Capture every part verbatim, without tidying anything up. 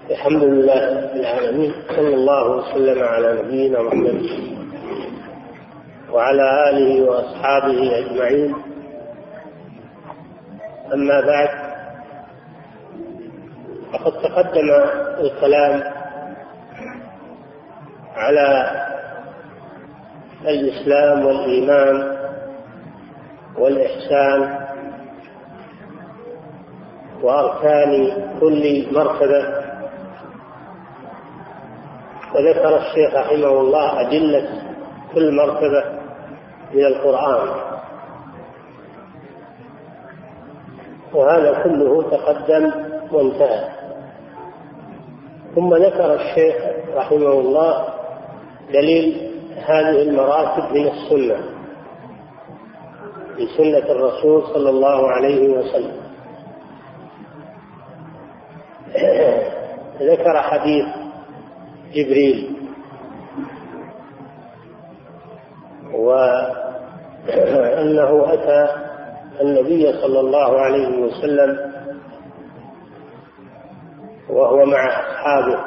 الحمد لله رب العالمين، صلى الله وسلم على نبينا محمد وعلى آله وأصحابه أجمعين. أما بعد، فقد تقدم الكلام على الإسلام والإيمان والإحسان وأركان كل مرتبة، وذكر الشيخ رحمه الله أدلة كل مرتبة من القرآن، وهذا كله تقدم وانتهى. ثم ذكر الشيخ رحمه الله دليل هذه المراتب من السنة، في سنة الرسول صلى الله عليه وسلم. ذكر حديث جبريل، وأنه أتى النبي صلى الله عليه وسلم وهو مع أصحابه،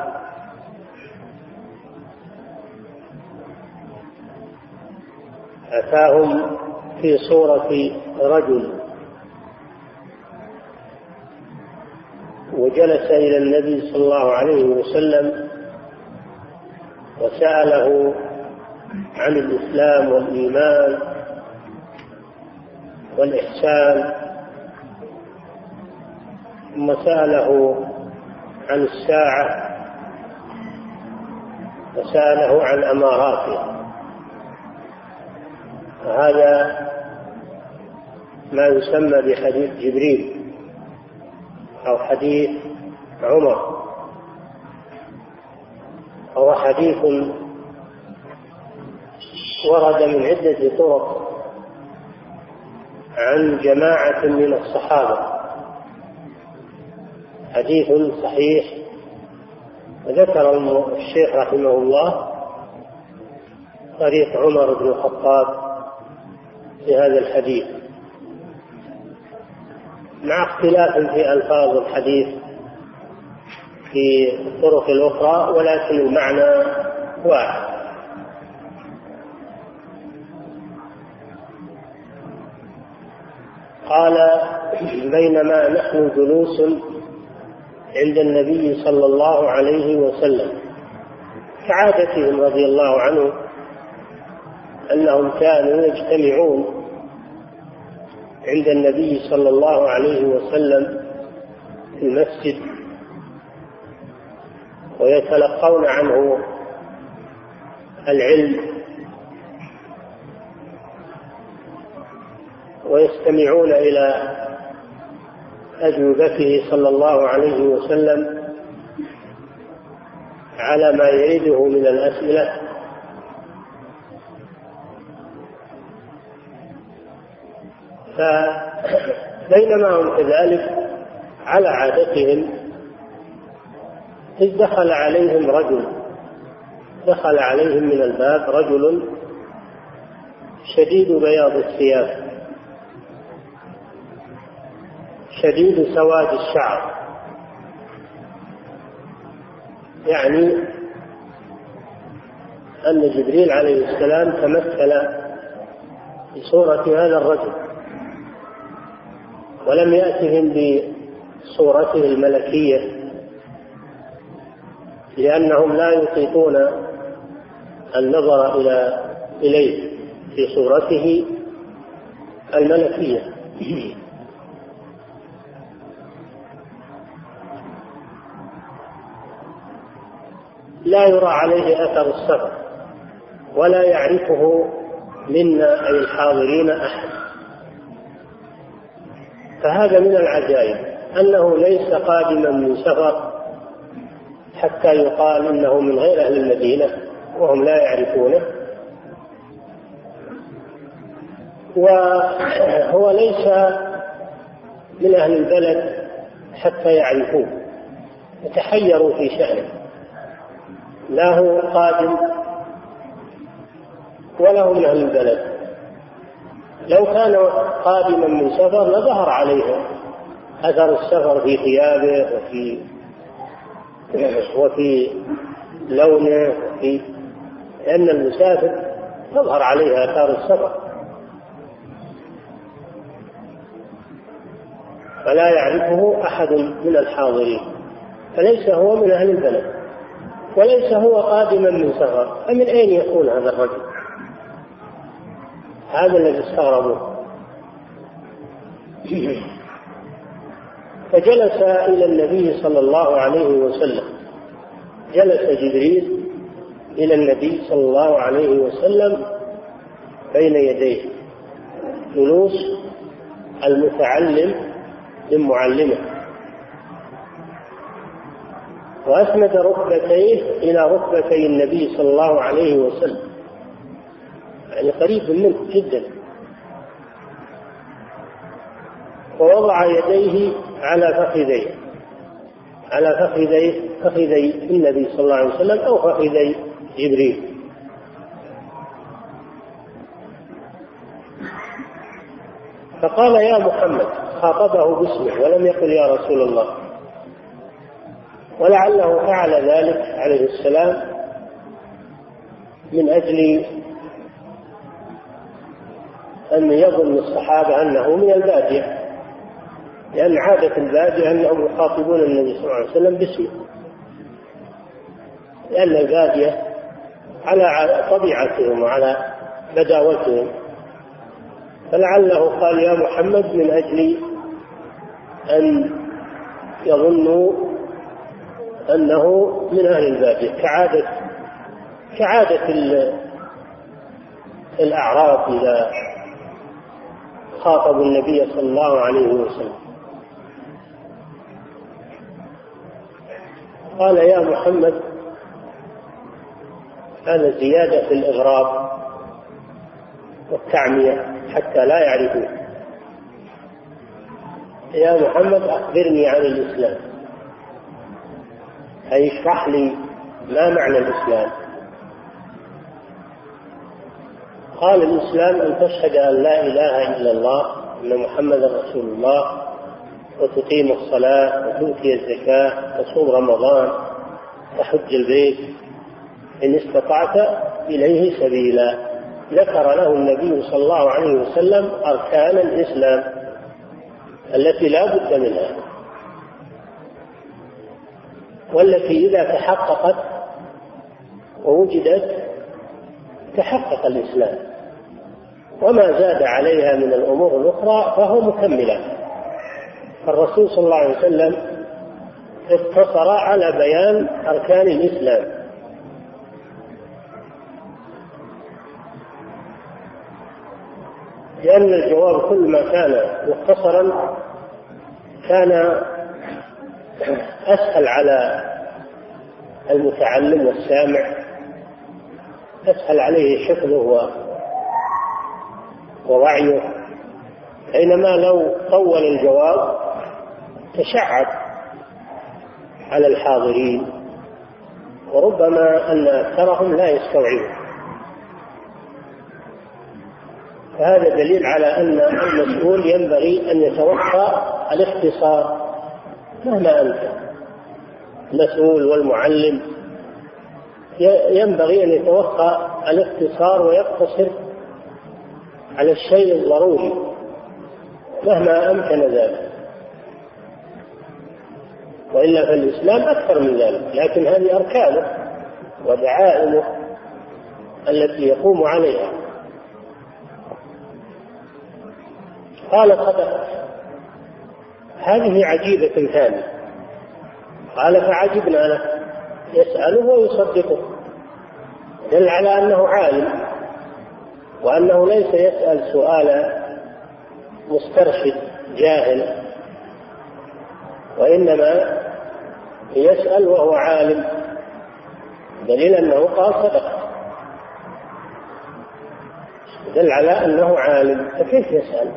أتاهم في صورة رجل، وجلس إلى النبي صلى الله عليه وسلم وسأله عن الإسلام والإيمان والإحسان، ثم سأله عن الساعة وسأله عن أماراتها. هذا ما يسمى بحديث جبريل أو حديث عمر، هو حديث ورد من عدة طرق عن جماعة من الصحابة، حديث صحيح. ذكر الشيخ رحمه الله طريق عمر بن الخطاب في هذا الحديث، مع اختلاف في ألفاظ الحديث في الطرق الأخرى، ولكن المعنى واحد. قال: بينما نحن جلوس عند النبي صلى الله عليه وسلم، كعادتهم رضي الله عنه أنهم كانوا يجتمعون عند النبي صلى الله عليه وسلم في المسجد ويتلقون عنه العلم ويستمعون إلى أجوبته صلى الله عليه وسلم على ما يريده من الأسئلة. فبينما هم كذلك على عادتهم، إذ دخل عليهم رجل دخل عليهم من الباب رجل شديد بياض الثياب شديد سواد الشعر، يعني أن جبريل عليه السلام تمثل بصورة هذا الرجل، ولم يأتهم بصورته الملكية، لأنهم لا يطيقون النظر إلى إليه في صورته الملكية. لا يرى عليه أثر السفر، ولا يعرفه منا أي الحاضرين أحد. فهذا من العجائب أنه ليس قادما من سفر حتى يقال إنه من غير أهل المدينة وهم لا يعرفونه، وهو ليس من أهل البلد حتى يعرفوه، يتحيروا في شأنه، لا هو قادم ولا هو من أهل البلد. لو كان قادما من سفر لظهر عليه أثر السفر في ثيابه وفي وفي لونه، في لأن المسافر تظهر عليها آثار السفر فلا يعرفه أحد من الحاضرين، فليس هو من أهل البلد وليس هو قادما من سفر، فمن أين يكون هذا الرجل؟ هذا الذي استغربوه. فجلس إلى النبي صلى الله عليه وسلم، جلس جبريل إلى النبي صلى الله عليه وسلم بين يديه جلوس المتعلم من معلمه، وأسند ركبتيه إلى ركبتي النبي صلى الله عليه وسلم، يعني قريب منه جدا، ووضع يديه على فخذيه على فخذي فخذي النبي صلى الله عليه وسلم أو فخذي جبريل. فقال يا محمد، خاطبه باسمه ولم يقل يا رسول الله، ولعله فعل ذلك عليه السلام من أجل أن يظن الصحابة أنه من البادية، لأن عادة البادية أنهم يخاطبون النبي صلى الله عليه وسلم باسمه، لأن البادية على طبيعتهم وعلى بداوتهم، فلعله قال يا محمد من أجل أن يظنوا أنه من أهل البادية، كعادة كعادة الأعراب إذا خاطبوا النبي صلى الله عليه وسلم. قال يا محمد، هذا زيادة في الإغراب والتعمية حتى لا يعرفوه. يا محمد أخبرني عن الإسلام، أي اشرح لي ما معنى الإسلام. قال الإسلام أن تشهد أن لا إله إلا الله وأن محمد رسول الله، وتقيم الصلاة وتؤتي الزكاة وتصوم رمضان وتحج البيت إن استطعت إليه سبيلا. ذكر له النبي صلى الله عليه وسلم أركان الإسلام التي لا بد منها، والتي إذا تحققت ووجدت تحقق الإسلام، وما زاد عليها من الأمور الأخرى فهو مكملة. الرسول صلى الله عليه وسلم اقتصر على بيان أركان الإسلام، لأن الجواب كل ما كان مختصرا كان أسهل على المتعلم والسامع، أسهل عليه حفظه ووعيه، بينما لو طول الجواب تشعب على الحاضرين وربما أن أكثرهم لا يستوعبون. فهذا دليل على أن المسؤول ينبغي أن يتوقع الاختصار مهما أنت المسؤول والمعلم، ينبغي أن يتوقع الاختصار ويقتصر على الشيء الضروري مهما أمكن ذلك، وإلا فالإسلام أكثر من ذلك، لكن هذه أركانه ودعائمه التي يقوم عليها. قال صدقت، هذه عجيبة ثانية. قال فعجبنا له، يسأله ويصدقه، دل على أنه عالم وأنه ليس يسأل سؤال مسترشد جاهل، وإنما يسأل وهو عالم، دليل أنه قال صدق، دل على أنه عالم، فكيف يسأل؟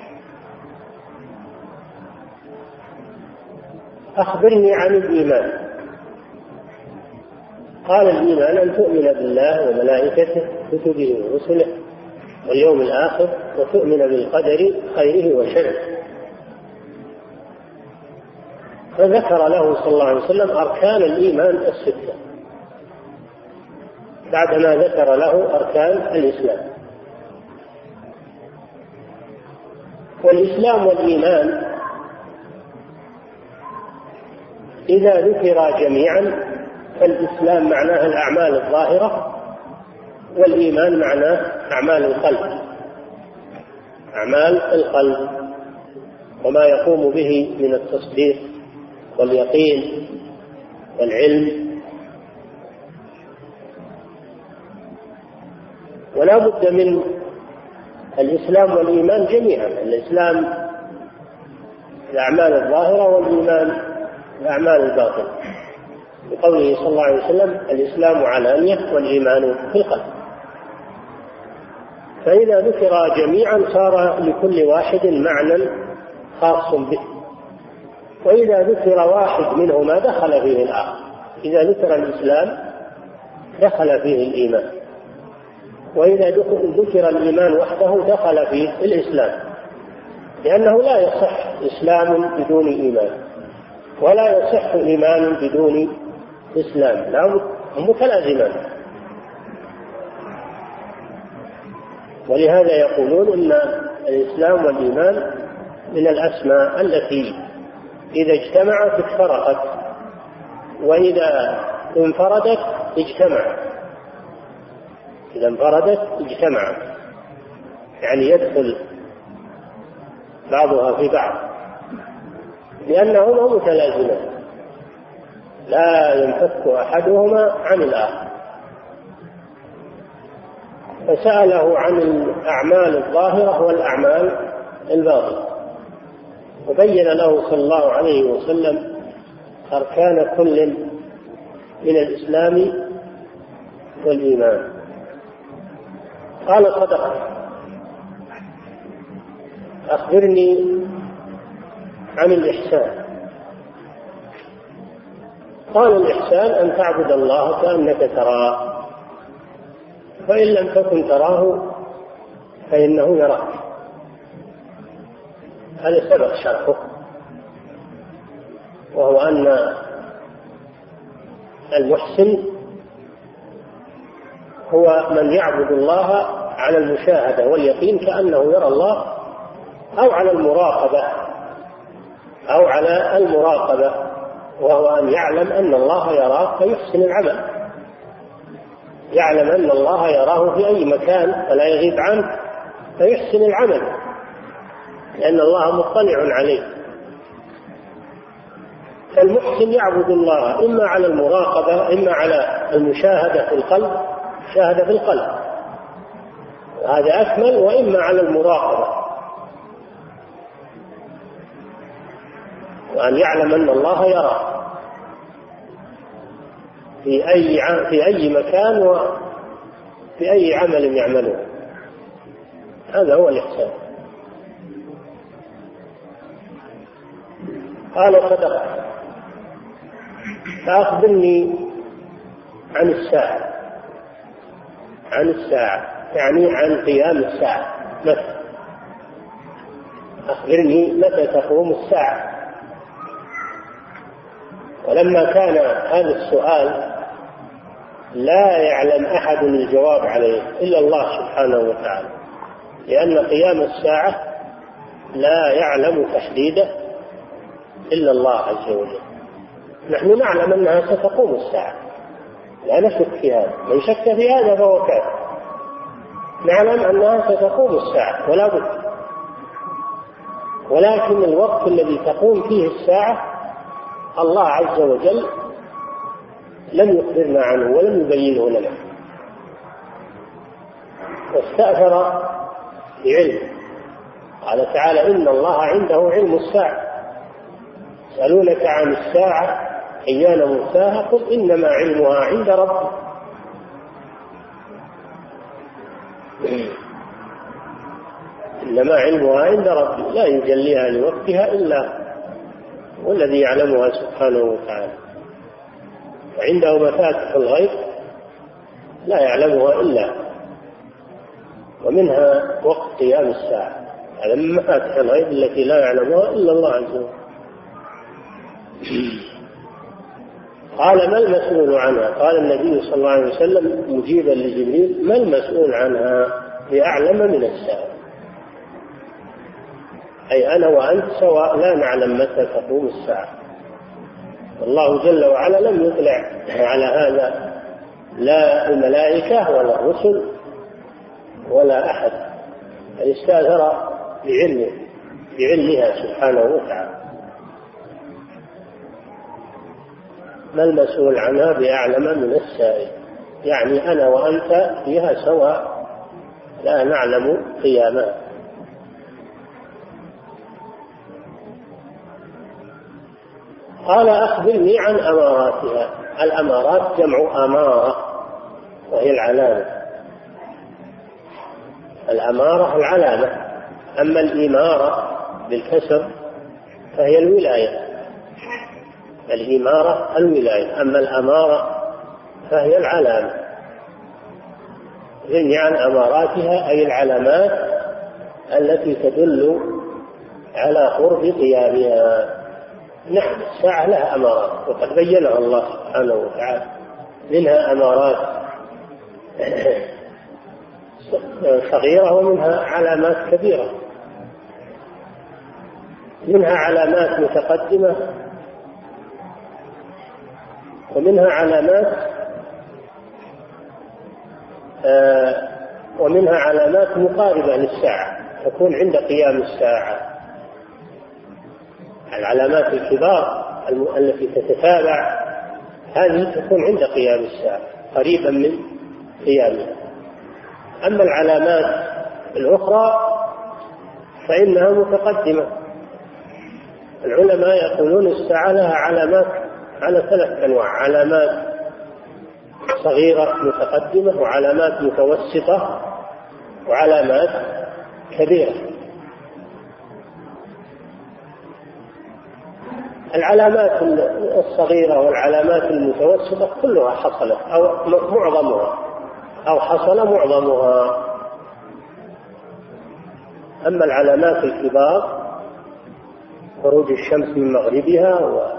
أخبرني عن الإيمان. قال الإيمان أن تؤمن بالله وملائكته وكتبه ورسله واليوم الآخر وتؤمن بالقدر خيره وشره. فذكر له صلى الله عليه وسلم أركان الإيمان الستة بعدما ذكر له أركان الإسلام. والإسلام والإيمان إذا ذكر جميعا فالإسلام معناه الأعمال الظاهرة، والإيمان معناه أعمال القلب، أعمال القلب وما يقوم به من التصديق واليقين والعلم. ولا بد من الإسلام والإيمان جميعا، الإسلام الأعمال الظاهرة والإيمان الأعمال الباطنة، بقوله صلى الله عليه وسلم الإسلام علانية والإيمان في القلب. فإذا ذكر جميعا صار لكل واحد معنى خاص به، وإذا ذكر واحد منهما دخل فيه الآخر. إذا ذكر الإسلام دخل فيه الإيمان، وإذا ذكر الإيمان وحده دخل فيه الإسلام، لأنه لا يصح إسلام بدون إيمان، ولا يصح إيمان بدون إسلام، لا متلازمان. ولهذا يقولون إن الإسلام والإيمان من الأسماء التي إذا اجتمعت افترقت، وإذا انفردت اجتمعت. إذا انفردت اجتمعت، يعني يدخل بعضها في بعض، لأنهما متلازمان لا ينفك أحدهما عن الآخر. فسأله عن الأعمال الظاهرة والأعمال الباطنة، وبين له صلى الله عليه وسلم أركان كل من الإسلام والإيمان. قال صدق، أخبرني عن الإحسان. قال الإحسان أن تعبد الله كأنك تراه، فإن لم تكن تراه فإنه يراك. هذا سبق شرحه، وهو أن المحسن هو من يعبد الله على المشاهدة واليقين كأنه يرى الله، أو على المراقبة أو على المراقبة وهو أن يعلم أن الله يراه فيحسن العمل، يعلم أن الله يراه في أي مكان فلا يغيب عنه فيحسن العمل، لأن الله مطلع عليه. فالمحسن يعبد الله إما على المراقبة إما على المشاهدة في القلب، مشاهدة في القلب هذا أكمل، وإما على المراقبة، وأن يعلم أن الله يراه في أي في أي مكان وفي أي عمل يعمله. هذا هو الإحسان. قال صدق، فأخبرني عن الساعة. عن الساعة يعني عن قيام الساعة، متى؟ أخبرني متى تقوم الساعة. ولما كان هذا السؤال لا يعلم أحد الجواب عليه إلا الله سبحانه وتعالى، لأن قيام الساعة لا يعلم تحديده إلا الله عز وجل. نحن نعلم أنها ستقوم الساعة، لا نشك في هذا، من شك في هذا فهو كافر. نعلم أنها ستقوم الساعة ولا بد، ولكن الوقت الذي تقوم فيه الساعة الله عز وجل لم يخبرنا عنه ولم يبينه لنا، واستأثر بعلم. قال تعالى إن الله عنده علم الساعة، يسألونك عن الساعة أيان مرساها قل إنما علمها عند ربي. إنما علمها عند ربي لا يجليها لوقتها إلا والذي يعلمها سبحانه وتعالى، وعنده مفاتح الغيب لا يعلمها إلا، ومنها وقت قيام الساعة، هذا من مفاتح الغيب التي لا يعلمها إلا الله عز وجل. قال ما المسؤول عنها؟ قال النبي صلى الله عليه وسلم مجيبا لجبريل ما المسؤول عنها بأعلم من السائل، أي أنا وأنت سواء لا نعلم متى تقوم الساعة. الله جل وعلا لم يطلع على هذا لا الملائكة ولا الرسل ولا أحد، بل استأثر بعلمه بعلمها سبحانه وتعالى. ما المسؤول عنها بأعلم من السائل، يعني أنا وأنت فيها سواء لا نعلم قيامها. قال أخبرني عن أماراتها. الأمارات جمع أمارة وهي العلامة. الأمارة العلامة، أما الإمارة بالكسر فهي الولاية. الإمارة الولاية، أما الأمارة فهي العلامة. أخبرني عن أماراتها أي العلامات التي تدل على قرب قيامها. نعم الساعة لها أمارات وقد بينها الله سبحانه وتعالى، منها أمارات صغيرة ومنها علامات كبيرة، منها علامات متقدمة ومنها علامات آه ومنها علامات مقاربة للساعة تكون عند قيام الساعة. العلامات الكبار التي تتتابع هذه تكون عند قيام الساعة قريبا من قيامها. أما العلامات الأخرى فإنها متقدمة. العلماء يقولون الساعة لها علامات على ثلاث أنواع: علامات صغيرة متقدمة، وعلامات متوسطة، وعلامات كبيرة. العلامات الصغيرة والعلامات المتوسطة كلها حصلت أو معظمها أو حصل معظمها. أما العلامات الكبار خروج الشمس من مغربها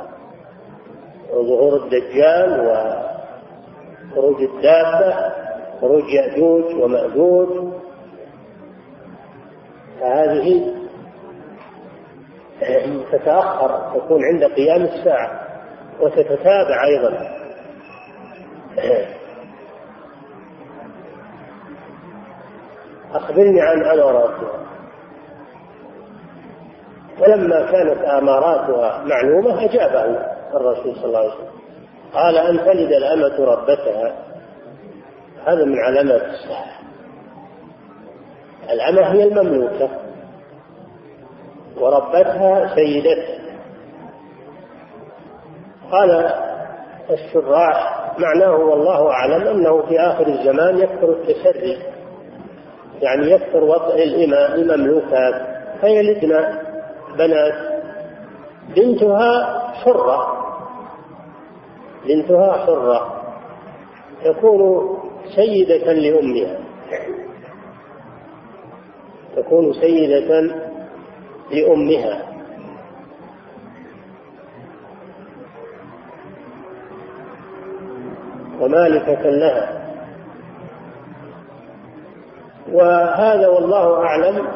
وظهور الدجال وخروج الدابة خروج يأجوج ومأجوج، فهذه تتأخر تكون عند قيام الساعة وتتتابع أيضا. أخبرني عن أماراتها. ولما كانت أماراتها معلومة أجابه الرسول صلى الله عليه وسلم قال أن تلد الأمة ربتها، هذا من علامات الساعة. الأمة هي المملوكة وربتها سيدتها. قال الشراح معناه والله أعلم أنه في آخر الزمان يكثر التسري، يعني يكثر وطئ الإماء المملوكات فيلدن بنات. بنتها حرة بنتها حرة تكون سيدة لأمها تكون سيدة لأمها ومالكة لها. وهذا والله أعلم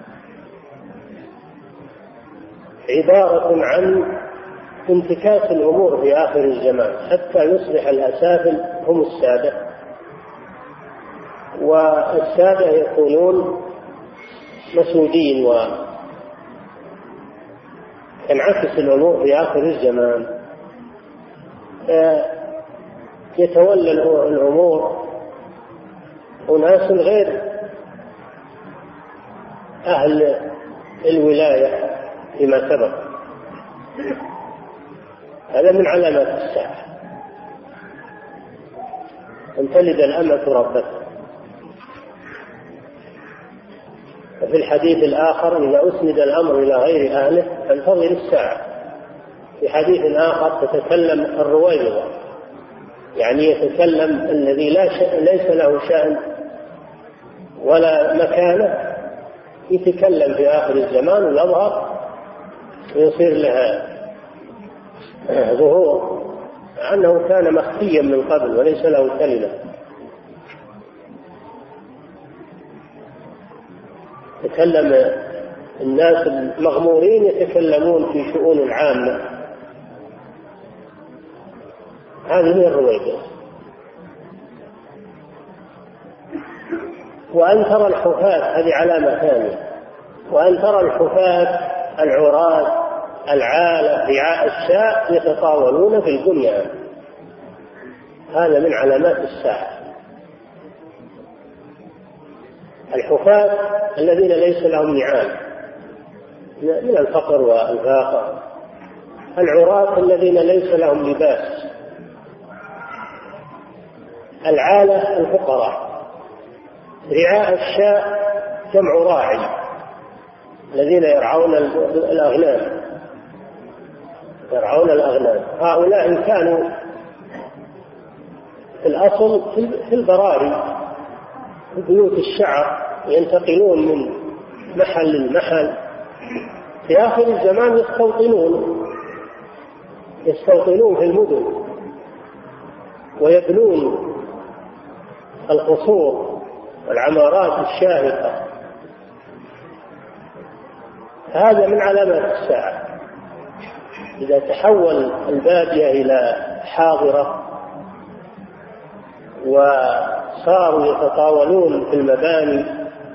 عبارة عن انتكاس الأمور في آخر الزمان حتى يصبح الأسافل هم السادة، والسادة يكونون مسودين، وتنعكس الأمور في آخر الزمان. يتولى الأمور أناس غير أهل الولاية فيما سبق. هذا من علامات الساعة، أن تلد الأمة ربتها. وفي الحديث الآخر إذا أسند الأمر إلى غير أهله فانتظر الساعة. في حديث آخر تتكلم الرويبضة، يعني يتكلم الذي لا ليس له شأن ولا مكانه، يتكلم في آخر الزمان ويظهر ويصير لها ظهور أنه كان مخفيا من قبل وليس له كلمة. تكلم الناس المغمورين يتكلمون في شؤون العامة، هذه هي الرويبضة. وأن ترى الحفاة، هذه علامة ثانية، وأن ترى الحفاة العراة العالة رعاء الشاء يتطاولون في البنيان، هذا من علامات الساعة. الحفاة الذين ليس لهم نعال من الفقر والفاقة، العراة الذين ليس لهم لباس، العالة الفقراء، رعاء الشاء جمع راعي الذين يرعون الأغنام يرعون الأغنام هؤلاء كانوا في الأصل في البراري في بيوت الشعر، ينتقلون من محل لمحل. في آخر الزمان يستوطنون يستوطنون في المدن ويبنون القصور والعمارات الشاهقة. هذا من علامات الساعة. إذا تحول البادية إلى حاضرة وصاروا يتطاولون في المباني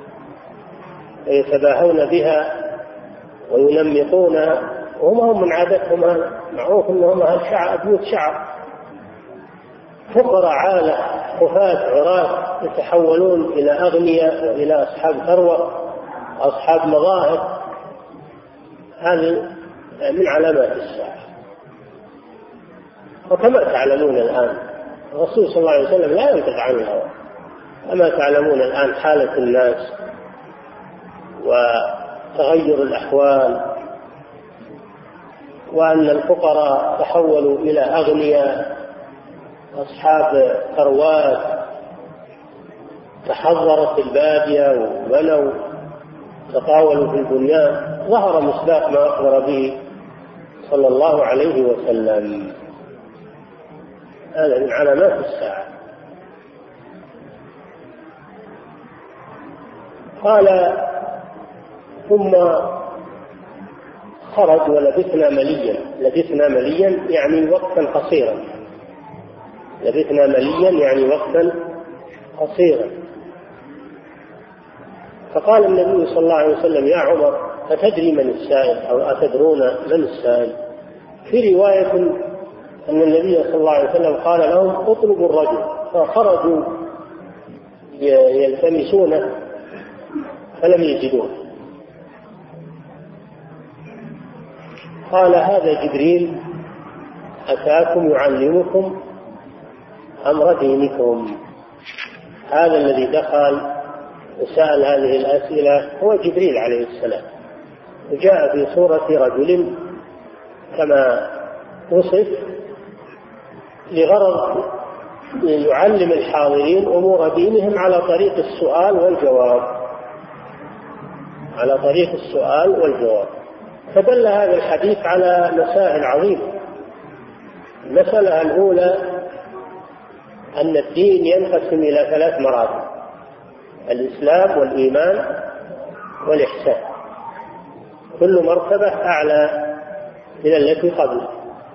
ويتباهون بها وينمقونها، وهم هم من عادتهم معروف أنهم أهل شعر بيوت شعر، فقراء عالة حفاة عراة يتحولون إلى أغنياء وإلى أصحاب ثروة أصحاب مظاهر، هذه من علامات الساعة. وكما تعلمون الآن الرسول صلى الله عليه وسلم لا ينطق عن الهوى، كما تعلمون الآن حالة الناس وتغير الأحوال، وأن الفقراء تحولوا إلى أغنياء أصحاب ثروات، تحضرت البادية وبنوا تطاولوا في البنيان. ظهر مصداق ما أخبر به صلى الله عليه وسلم، هذا من علامات الساعة. قال ثم خرج ولبثنا مليا. لبثنا مليا يعني وقتا قصيرا، لبثنا مليا يعني وقتا قصيرا. فقال النبي صلى الله عليه وسلم يا عمر أتدري من السائل أو أتدرون من السائل؟ في رواية أن النبي صلى الله عليه وسلم قال لهم اطلبوا الرجل، فخرجوا يلتمسونه فلم يجدوه. قال هذا جبريل أتاكم يعلمكم أمر دينكم. هذا الذي دخل وسأل هذه الأسئلة هو جبريل عليه السلام، وجاء في صورة رجل كما وصف لغرض يعلم الحاضرين أمور دينهم على طريق السؤال والجواب على طريق السؤال والجواب. فدل هذا الحديث على مسائل عظيمة. المسألة الأولى أن الدين ينقسم إلى ثلاث مراتب: الإسلام والإيمان والإحسان، كل مرتبة أعلى من التي قبله،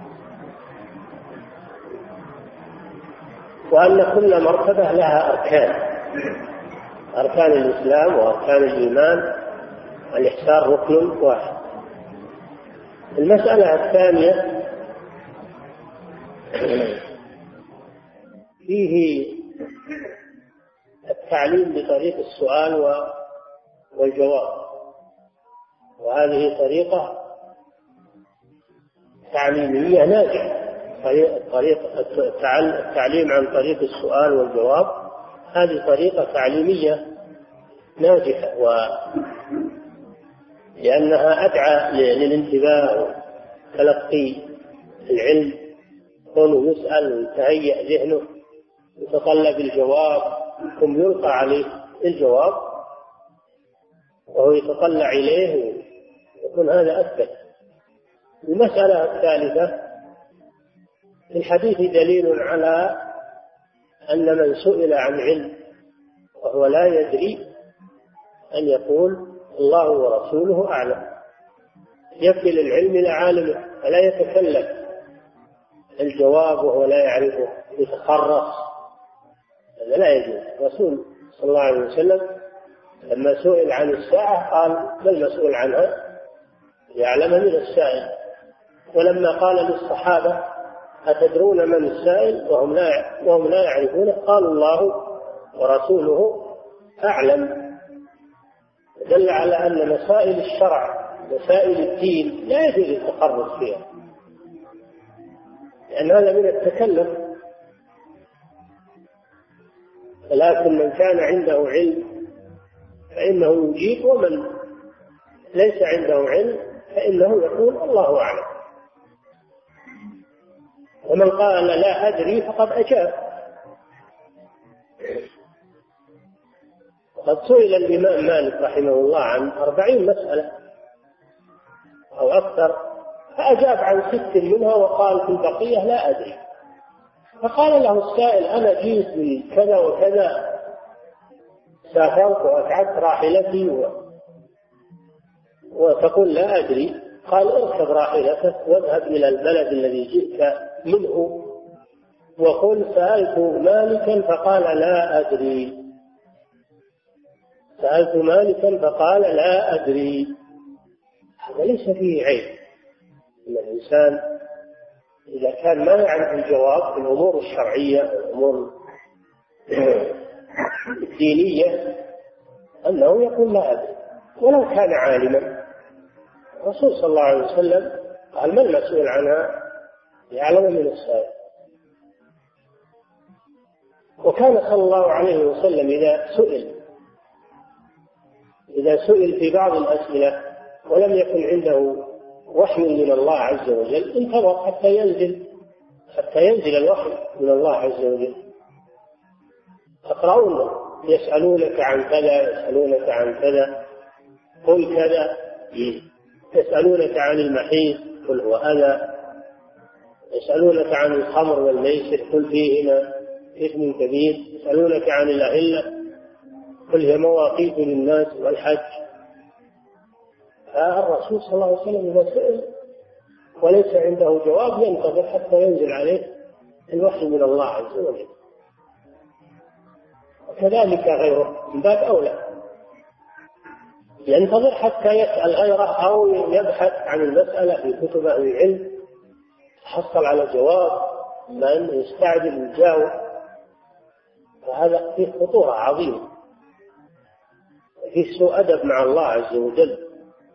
وأن كل مرتبة لها أركان: أركان الإسلام وأركان الإيمان، والإحسان ركن واحد. المسألة الثانية فيه التعليم بطريق السؤال والجواب، وهذه طريقة تعليمية ناجحة. طريقة التعليم عن طريق السؤال والجواب هذه طريقة تعليمية ناجحة، لأنها أدعى للانتباه وتلقي العلم، كونه يسأل ويتهيأ ذهنه يتطلب الجواب ثم يلقى عليه الجواب وهو يتطلع إليه، يكون هذا أثبت. المسألة الثالثة في الحديث دليل على أن من سئل عن علم وهو لا يدري أن يقول الله ورسوله أعلم، يكل العلم إلى عالمه فلا يتكلم الجواب وهو لا يعرفه يتخرص، هذا لا يجوز. الرسول صلى الله عليه وسلم لما سئل عن الساعة قال ما المسؤول عنها يعلم من السائل، ولما قال للصحابة أتدرون من السائل وهم لا وهم لا يعرفونه قالوا الله ورسوله أعلم، دل على أن مسائل الشرع مسائل الدين لا يجوز التخرص فيها، لأن هذا من التكلف. ولكن من كان عنده علم فإنه يجيب، ومن ليس عنده علم فإنه يقول الله أعلم. ومن قال لا أدري فقد أجاب. قد سئل الإمام مالك رحمه الله عن أربعين مسألة أو أكثر، فأجاب عن ست منها وقال في البقية لا أدري. فقال له السائل أنا جئت من كذا وكذا، سافرت وأتعبت راحلتي و... وتقول لا أدري. قال اركب راحلتك واذهب إلى البلد الذي جئت منه وقل سألت مالكا فقال لا أدري، سألت مالكا فقال لا أدري. هذا ليس فيه عيب إن الإنسان إذا كان ما يعرف الجواب في الأمور الشرعية والأمور الدينية أنه يقول لا أدري ولو كان عالما. الرسول صلى الله عليه وسلم قال ما المسؤول عنها يعلم من السائل. وكان صلى الله عليه وسلم إذا سئل إذا سئل في بعض الأسئلة ولم يكن عنده وحي من الله عز وجل انتظر حتى ينزل حتى ينزل الوحي من الله عز وجل. تقرؤون يسألونك عن كذا يسألونك عن كذا قل كذا، يسألونك عن المحيط قل هو أذى، يسألونك عن الخمر والميسر قل فيهما إثم كبير، يسألونك عن الأهلة قل هي مواقيت للناس والحج. فالرسول صلى الله عليه وسلم إذا سئل وليس عنده جواب ينتظر حتى ينزل عليه الوحي من الله عز وجل. وكذلك غيره من باب أولى ينتظر حتى يسأل غيره أو يبحث عن المسألة في كتب أهل العلم يحصل على جواب ما أنه يستعجل ويجاوب، فهذا فيه خطورة عظيمة، فيه سوء أدب مع الله عز وجل،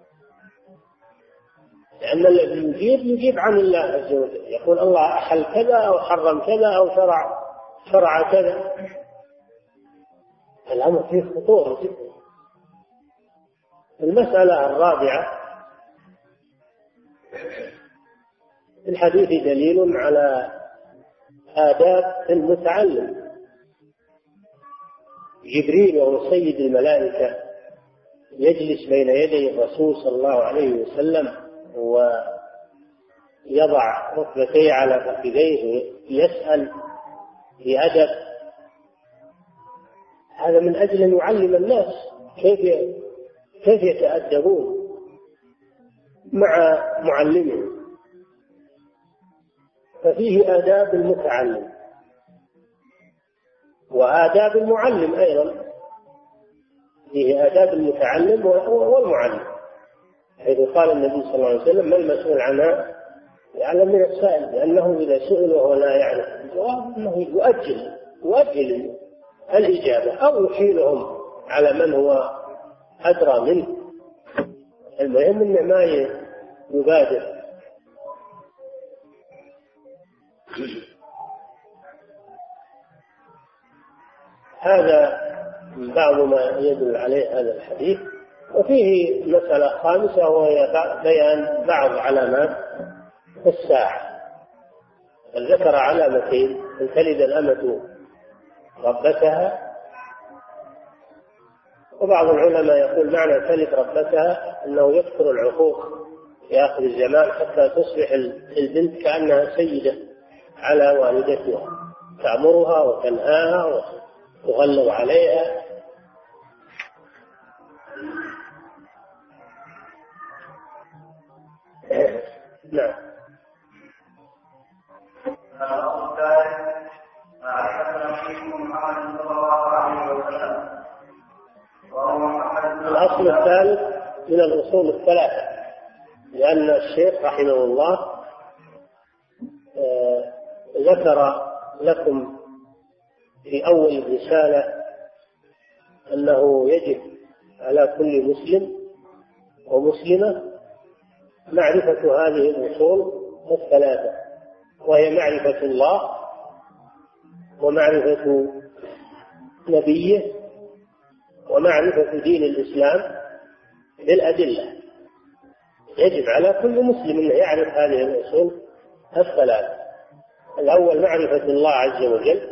لأن الذي يجيب يجيب عن الله عز وجل، يقول الله أحل كذا أو حرم كذا أو شرع شرع كذا. الأمر فيه خطورة جدا. المسألة الرابعة الحديث دليل على آداب المتعلم. جبريل وهو سيد الملائكة يجلس بين يدي الرسول صلى الله عليه وسلم ويضع ركبتيه على فخذيه يسأل بأدب، هذا من أجل أن يعلم الناس كيف كيف يتأدبون مع معلمهم. ففيه آداب المتعلم وآداب المعلم أيضا، فيه آداب المتعلم والمعلم، حيث قال النبي صلى الله عليه وسلم ما المسؤول عنها يعلم من السائل، لأنه إذا سئل وهو لا يعرف الجواب أنه يؤجل يؤجل الإجابة أو يحيلهم على من هو أدرى منه. المهم أنه ما يبادر. هذا بعض ما يدل عليه هذا الحديث. وفيه مسألة خامسة وهي بيان بعض علامات الساعة. ذكر علامتين: أن تلد الأمة ربتها، وبعض العلماء يقول معنى تلد ربتها أنه يكثر العقوق في آخر الزمان حتى تصبح البنت كأنها سيدة على والدتها، تأمرها وتنهاها وتغلظ عليها. نعم. الأصل الثالث معرفة نبيكم محمد صلى الله عليه وسلم وهو محمد. الأصل الثالث من الأصول الثلاثة، لأن الشيخ رحمه الله آه ذكر لكم في أول الرسالة أنه يجب على كل مسلم ومسلمة معرفة هذه الأصول الثلاثة، وهي معرفة الله ومعرفة نبيه ومعرفة دين الإسلام بالأدلة. يجب على كل مسلم أن يعرف هذه الأصول الثلاثة: الأول معرفة الله عز وجل،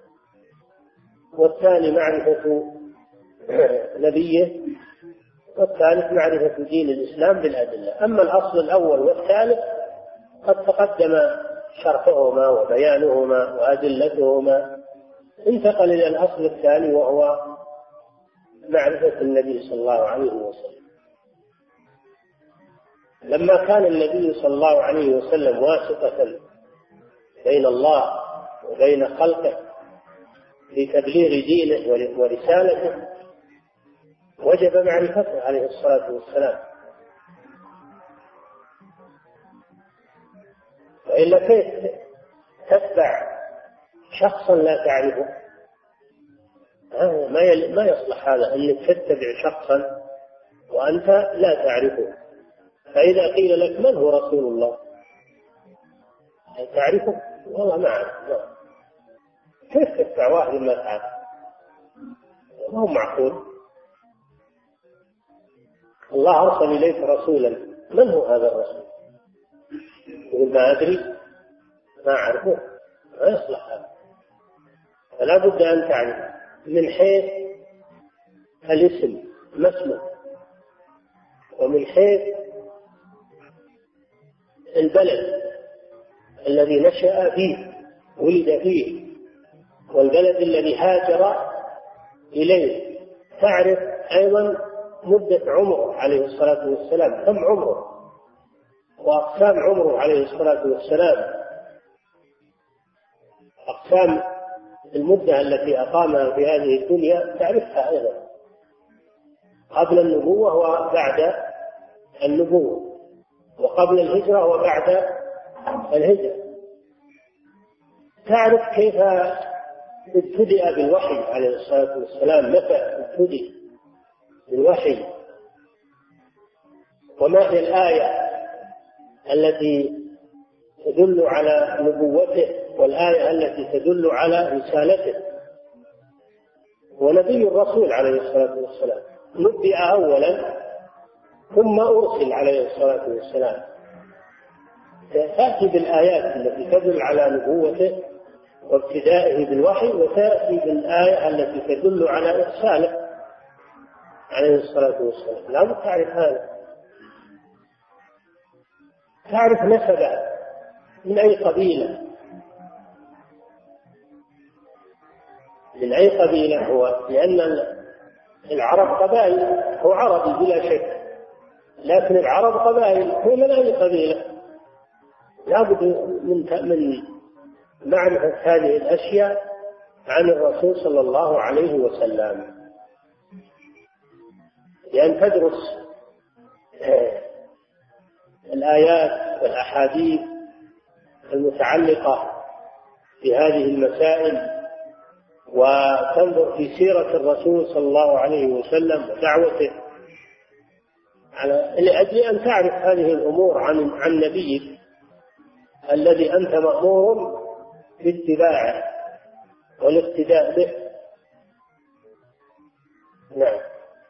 والثاني معرفة نبيه، والثالث معرفة دين الإسلام بالأدلة. أما الأصل الأول والثالث قد تقدم شرحهما وبيانهما وأدلتهما، انتقل إلى الأصل الثاني وهو معرفة النبي صلى الله عليه وسلم. لما كان النبي صلى الله عليه وسلم واسطة بين الله وبين خلقه في تبليغ دينه ورسالته، وجب معرفته عليه الصلاة والسلام، وإلا كيف تتبع شخصا لا تعرفه؟ ما يصلح هذا أنك تتبع شخصا وأنت لا تعرفه. فإذا قيل لك من هو رسول الله تعرفه؟ والله ما أعرف. كيف تتبع واحد ما تعرف؟ ما هو معقول. الله أرسل إليك رسولا، من هو هذا الرسول؟ يقول ما أدري، ما أعرفه، ما يصلح هذا. فلا بد أن تعرف من حيث الاسم ما اسمه، ومن حيث البلد الذي نشأ فيه ولد فيه، والبلد الذي هاجر إليه. تعرف أيضا مدة عمره عليه الصلاة والسلام، كم عمره وأقسام عمره عليه الصلاة والسلام، أقسام المدة التي أقامها في هذه الدنيا تعرفها أيضا، قبل النبوة وبعد النبوة، وقبل الهجرة وبعد الهجرة. تعرف كيف ابتدأ بالوحي عليه الصلاة والسلام، متى ابتدأ بالوحي، وما هي الآية التي تدل على نبوته والآية التي تدل على رسالته. ونبي الرسول عليه الصلاة والسلام نبئ أولا ثم أرسل عليه الصلاة والسلام. تأتي بالآيات التي تدل على نبوته وابتدائه بالوحي، وتأتي بالآية التي تدل على إرساله عليه الصلاة والسلام. لا بد تعرف هذا. تعرف نسبه من أي قبيلة، من أي قبيلة هو، لأن العرب قبائل، هو عربي بلا شك، لكن العرب قبائل، هو من أي قبيلة. لا بد من من معرفة هذه الأشياء عن الرسول صلى الله عليه وسلم، لأن تدرس الآيات والأحاديث المتعلقة بهذه المسائل، وتنظر في سيرة الرسول صلى الله عليه وسلم ودعوته، على لأجل أن تعرف هذه الأمور عن عن نبيك الذي أنت مأمور باتباعه والاقتداء به. نعم.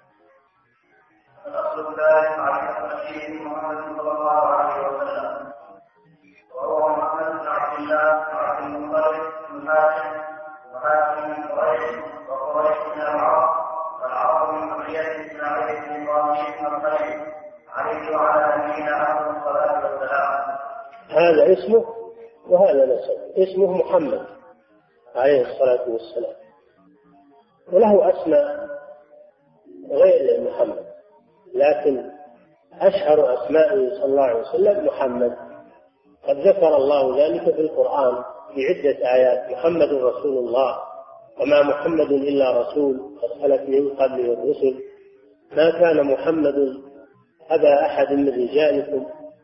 الأصل الثالث معرفة نبيه محمد صلى الله عليه وسلم وهو محمد بن عبد الله بن عبد المطلب بن هاشم وهاشم من قريش وقريش من العرب والعرب من قرية إسماعيل بن إبراهيم بن الخليل عليه وعلى نبينا أفضل الصلاة والسلام. هذا اسمه وهذا نسبه. اسمه محمد عليه الصلاة والسلام، وله أسماء غير محمد، لكن أشهر أسمائه صلى الله عليه وسلم محمد. قد ذكر الله ذلك في القرآن في عدة آيات: محمد رسول الله، وما محمد إلا رسول قد خلت من قبله الرسل، ما كان محمد أبا أحد من رجالكم،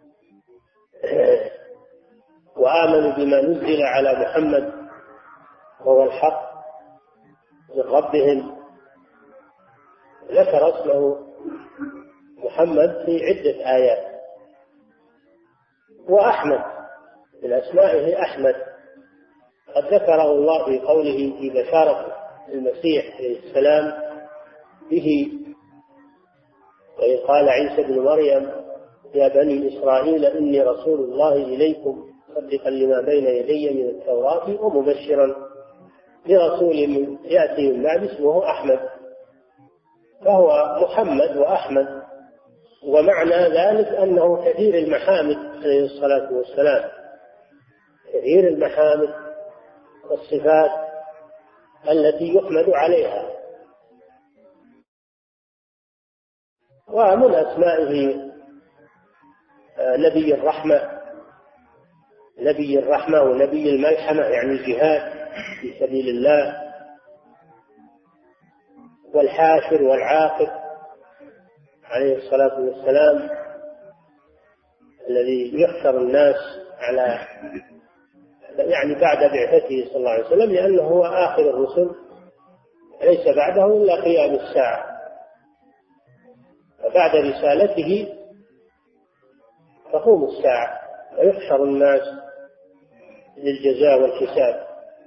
وآمنوا بما نزل على محمد وهو الحق من ربهم. ذكر اسمه محمد في عدة آيات. وأحمد من أسمائه أحمد، قد ذكره الله في قوله في بشارة المسيح عليه السلام به: وإذ قال عيسى بن مريم يا بني إسرائيل إني رسول الله إليكم مصدقا لما بين يدي من التوراة ومبشرا برسول يأتي من بعد اسمه أحمد. فهو محمد وأحمد، ومعنى ذلك أنه كثير المحامد عليه الصلاة والسلام، كثير المحامد والصفات التي يحمد عليها. ومن أسمائه نبي الرحمة، نبي الرحمة ونبي الملحمة، يعني الجهاد في سبيل الله، والحاشر والعاقب عليه الصلاة والسلام، الذي يحشر الناس على يعني بعد بعثته صلى الله عليه وسلم، لأنه هو آخر الرسل، ليس بعده إلا قيام الساعة. فبعد رسالته تقوم الساعة ويحشر الناس للجزاء والحساب.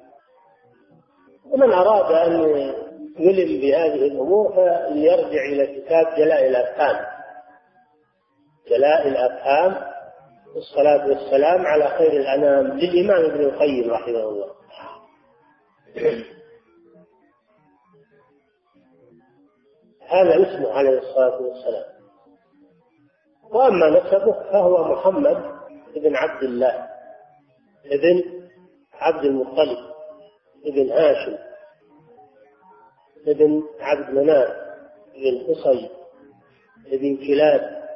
ومن أراد أن يلم بهذه الأمور فليرجع إلى كتاب جلاء الأفهام، جلاء الأفهام والصلاة والسلام على خير الأنام للإمام ابن القيم رحمه الله. هذا اسمه عليه الصلاة والسلام. وأما نسبه فهو محمد ابن عبد الله ابن عبد المطلب ابن هاشم ابن عبد مناف ابن قصي ابن كلاب،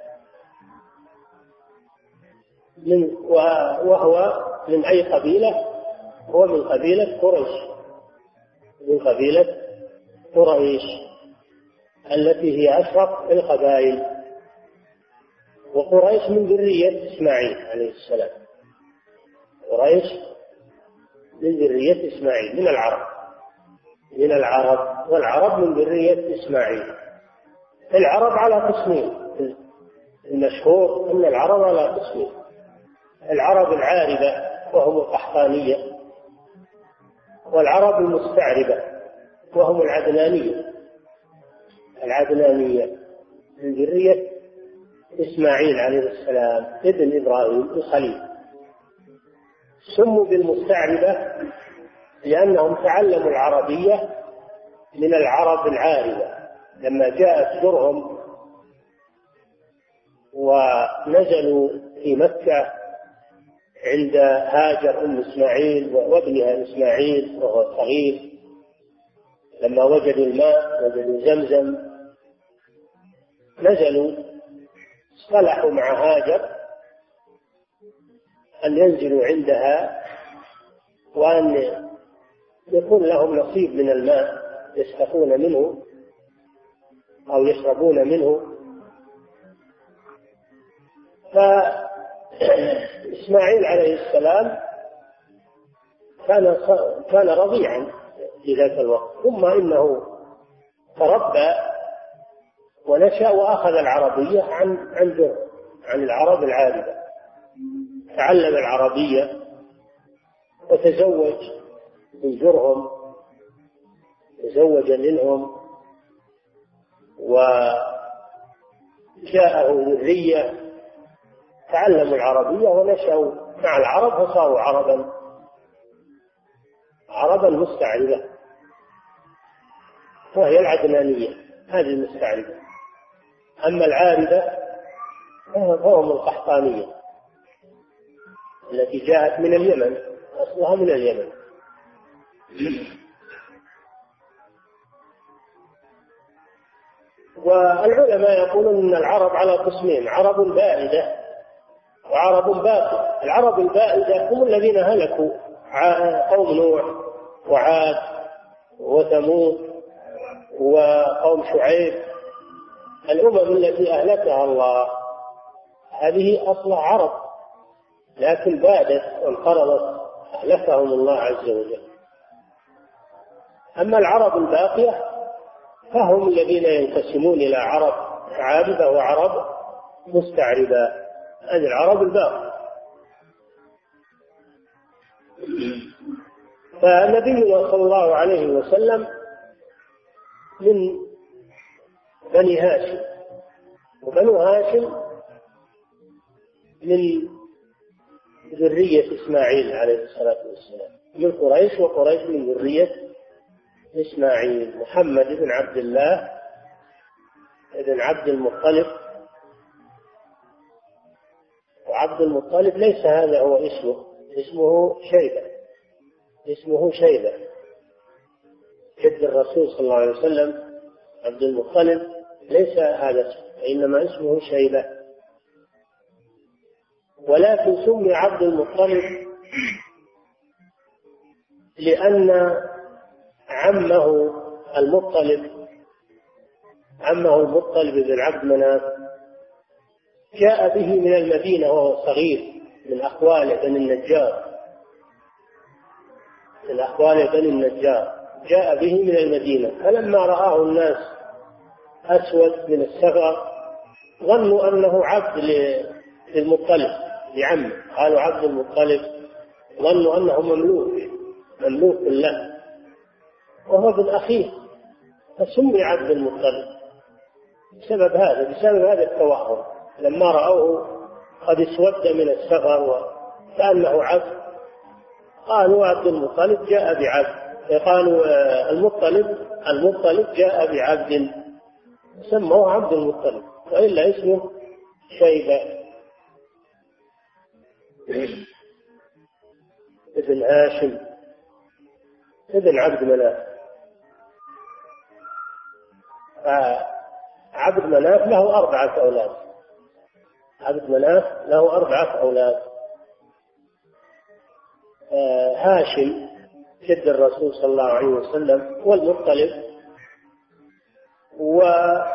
من وهو من أي قبيلة؟ هو من قبيلة قريش، من قبيلة قريش التي هي أشرف القبائل. وقريش من ذرية إسماعيل عليه السلام، قريش من ذرية إسماعيل، من العرب، من العرب والعرب من ذرية إسماعيل. العرب على قسمين، المشهور أن العرب على قسمين: العرب العاربة وهم القحطانية، والعرب المستعربة وهم العدنانية. العدنانية من ذرية إسماعيل عليه السلام ابن إبراهيم الخليل. سموا بالمستعربة لأنهم تعلموا العربية من العرب العاربة لما جاءت جرهم ونزلوا في مكة عند هاجر أم إسماعيل وابنها إسماعيل وهو صغير. لما وجدوا الماء، وجدوا زمزم، نزلوا اصطلحوا مع هاجر أن ينزلوا عندها وأن يكون لهم نصيب من الماء يسقون منه أو يشربون منه. فإسماعيل عليه السلام كان كان رضيعا في ذاك الوقت، ثم إنه تربى ونشأ وأخذ العربية عن عن جرهم، عن العرب العاربة، تعلم العربية وتزوج من جرهم، تزوج منهم وجاءه ذرية تعلموا العربية ونشأوا مع العرب فصاروا عربا عربا مستعربة، وهي العدنانية هذه المستعربة. أما العاربة فهم القحطانية التي جاءت من اليمن أصلها من اليمن. والعلماء يقولون أن العرب على قسمين: عرب بائدة وعرب باقية. العرب البائدة هم الذين هلكوا، قوم نوح وعاد وثمود وقوم شعيب، الأمم التي أهلكها الله، هذه أصلها عرب لكن بادت وانقرضت، أهلكهم الله عز وجل. أما العرب الباقية فهم الذين ينقسمون إلى عرب عابدة وعرب مستعربة، هذه العرب الباقية. فنبينا صلى الله عليه وسلم من بني هاشم، وبنو هاشم من ذرية إسماعيل عليه الصلاة والسلام، من قريش، وقريش من ذرية إسماعيل. محمد بن عبد الله بن عبد المطلب، وعبد المطلب ليس هذا هو اسمه، اسمه شيبة، اسمه شيبة جد الرسول صلى الله عليه وسلم. عبد المطلب ليس هذا اسمه، إنما اسمه شيبة، ولكن سمي عبد المطلب لأن عمه المطلب عمه المطلب بن عبد مناف جاء به من المدينة وهو صغير، من أخوال بني النجار، من أخوال بني النجار جاء به من المدينة. فلما رآه الناس أسود من السفر ظنوا أنه عبد للمطلب لعمه، قالوا عبد المطلب، ظنوا أنه مملوك مملوك له وهو ابن أخيه، فسمي عبد المطلب بسبب هذا بسبب هذا التوهم. لما رأوه قد اسود من السفر وكأنه عبد قالوا عبد المطلب جاء بعبد، قالوا المطلب المطلب جاء بعبد، سموه عبد المطلب، وإلا اسمه شيبة ابن هاشم ابن عبد مناف. عبد مناف له أربعة أولاد، عبد مناف له أربعة أولاد: هاشم جد الرسول صلى الله عليه وسلم، والمطلب، وعبد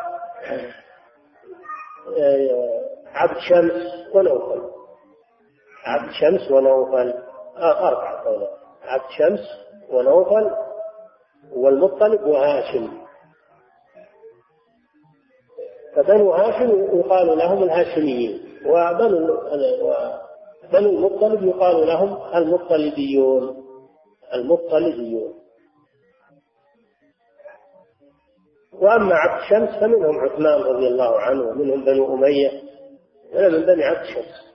شمس ونوفل. عبد شمس ونوفل أربعة أولاد: عبد شمس ونوفل والمطلب وهاشم. فبنو هاشم يقال لهم الهاشميين، وبنو بنو المطلب يقال لهم المطلبيون المطلبيون. وأما عبد شمس فمنهم عثمان رضي الله عنه، ومنهم بنو أمية، ولا من بني عبد شمس.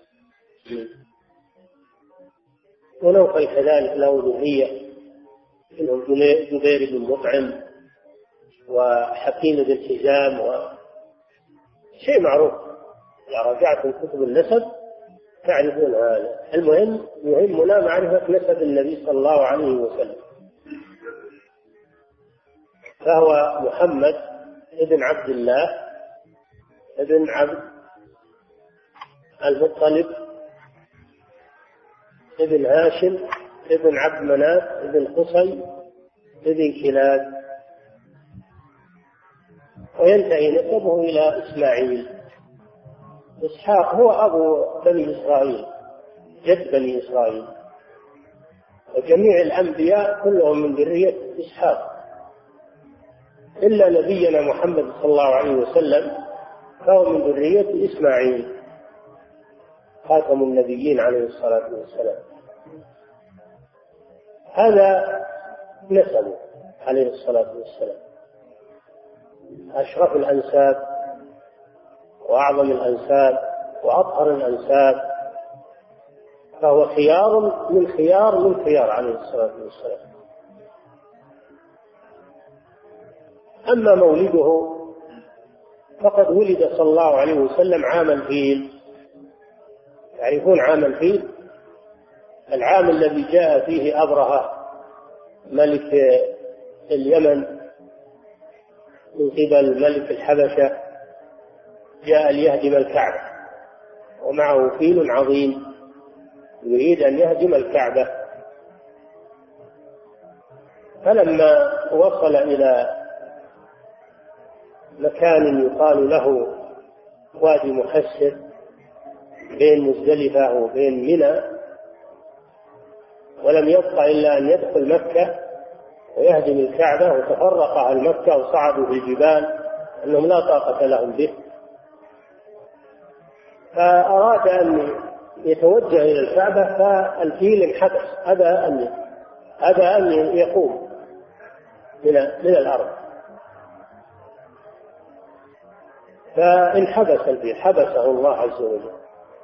ونوفل كذلك له ذرية، منهم جبير بن مطعم وحكيم بن حزام، وشيء معروف إذا رجعتم كتب النسب تعرفون هذا. المهم يهمنا معرفة نسب النبي صلى الله عليه وسلم. فهو محمد ابن عبد الله ابن عبد المطلب ابن هاشم ابن عبد مناف ابن قصي ابن كلاب، وينتهي نسبه إلى إسماعيل. إسحاق هو أبو بني إسرائيل، جد بني إسرائيل، وجميع الأنبياء كلهم من ذرية إسحاق إلا نبينا محمد صلى الله عليه وسلم فهو من ذرية إسماعيل خاتم النبيين عليه الصلاة والسلام. هذا نسبه عليه الصلاة والسلام، أشرف الأنساب وأعظم الأنساب وأطهر الأنساب، فهو خيار من خيار من خيار عليه الصلاة والسلام. أما مولده فقد ولد صلى الله عليه وسلم عام الفيل. تعرفون عام الفيل؟ العام الذي جاء فيه أبرهة ملك اليمن من قبل ملك الحبشة، جاء ليهدم الكعبة ومعه فيل عظيم يريد أن يهدم الكعبة. فلما وصل إلى مكان يقال له وادي محسر بين مزدلفة وبين منى، ولم يبق إلا أن يدخل مكة ويهدم الكعبة، وتفرق أهل مكة وصعدوا في الجبال أنهم لا طاقة لهم به، فأراد أن يتوجه إلى الكعبة، فالفيل انحبس، أبى أن أبى أن يقوم من من الأرض، فانحبس الفيل، حبسه الله عز وجل.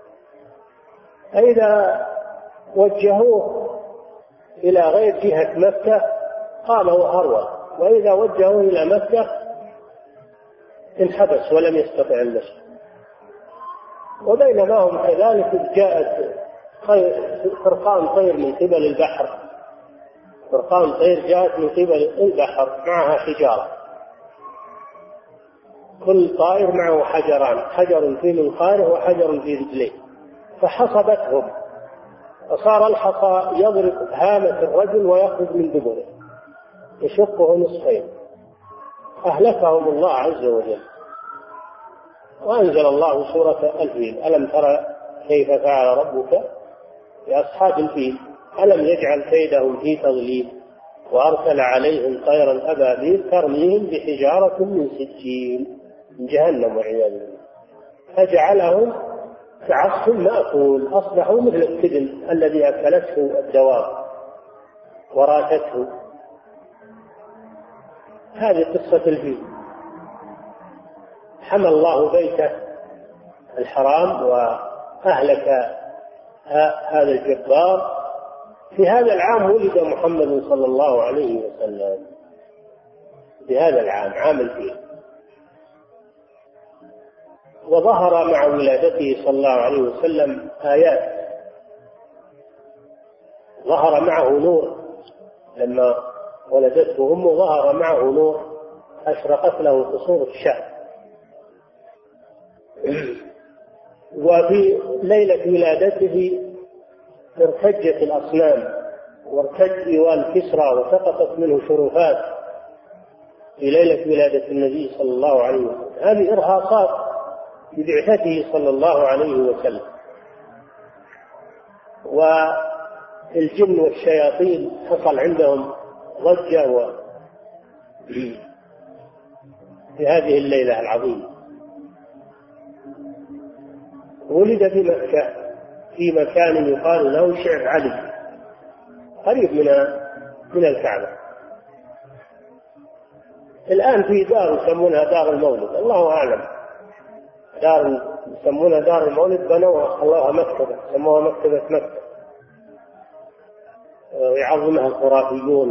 فإذا وجهوه إلى غير جهة مكة قام وهرول، وإذا وجهوه إلى مكة انحبس ولم يستطع المشي. وبينما هم كذلك جاءت فرقان طير من قبل البحر، فرقان طير جاءت من قبل البحر معها حجارة، كل طائر معه حجران، حجر في منقاره وحجر في رجليه، فحصبتهم، فصار الحصى يضرب هامة الرجل ويخرج من دبره يشقه نصفين، أهلكهم الله عز وجل. وأنزل الله سورة الفيل: ألم ترى كيف فعل ربك بأصحاب الفيل ألم يجعل كيدهم في تضليل وأرسل عليهم طيرا أبابيل ترميهم بحجارة من سجيل من جهنم والعياذ بالله فجعلهم كعصف مأكول، أصبحوا مثل السدن الذي أكلته الدواب وراتته. هذه قصة الفيل. حمى الله بيته الحرام وأهلك هذا الجبار. في هذا العام ولد محمد صلى الله عليه وسلم، في هذا العام، عام الفيل. وظهر مع ولادته صلى الله عليه وسلم آيات، ظهر معه نور، لما ولدته أمه ظهر معه نور أشرقت له قصور الشام. وفي ليلة ولادته ارتجت الأصنام وارتج إيوان كسرى وسقطت منه شرفات في ليلة ولادة النبي صلى الله عليه وسلم. هذه إرهاصات ببعثته صلى الله عليه وسلم. والجن والشياطين حصل عندهم ضجة و... في هذه الليلة العظيمة. ولد في مكة في مكان يقال له شعب علي قريب من من الكعبة. الآن في دار يسمونها دار المولد، الله أعلم، دار يسمونها دار المولد، بنوها خلوها مكتبة، سموها مكتبة مكة، ويعظمها الخرافيون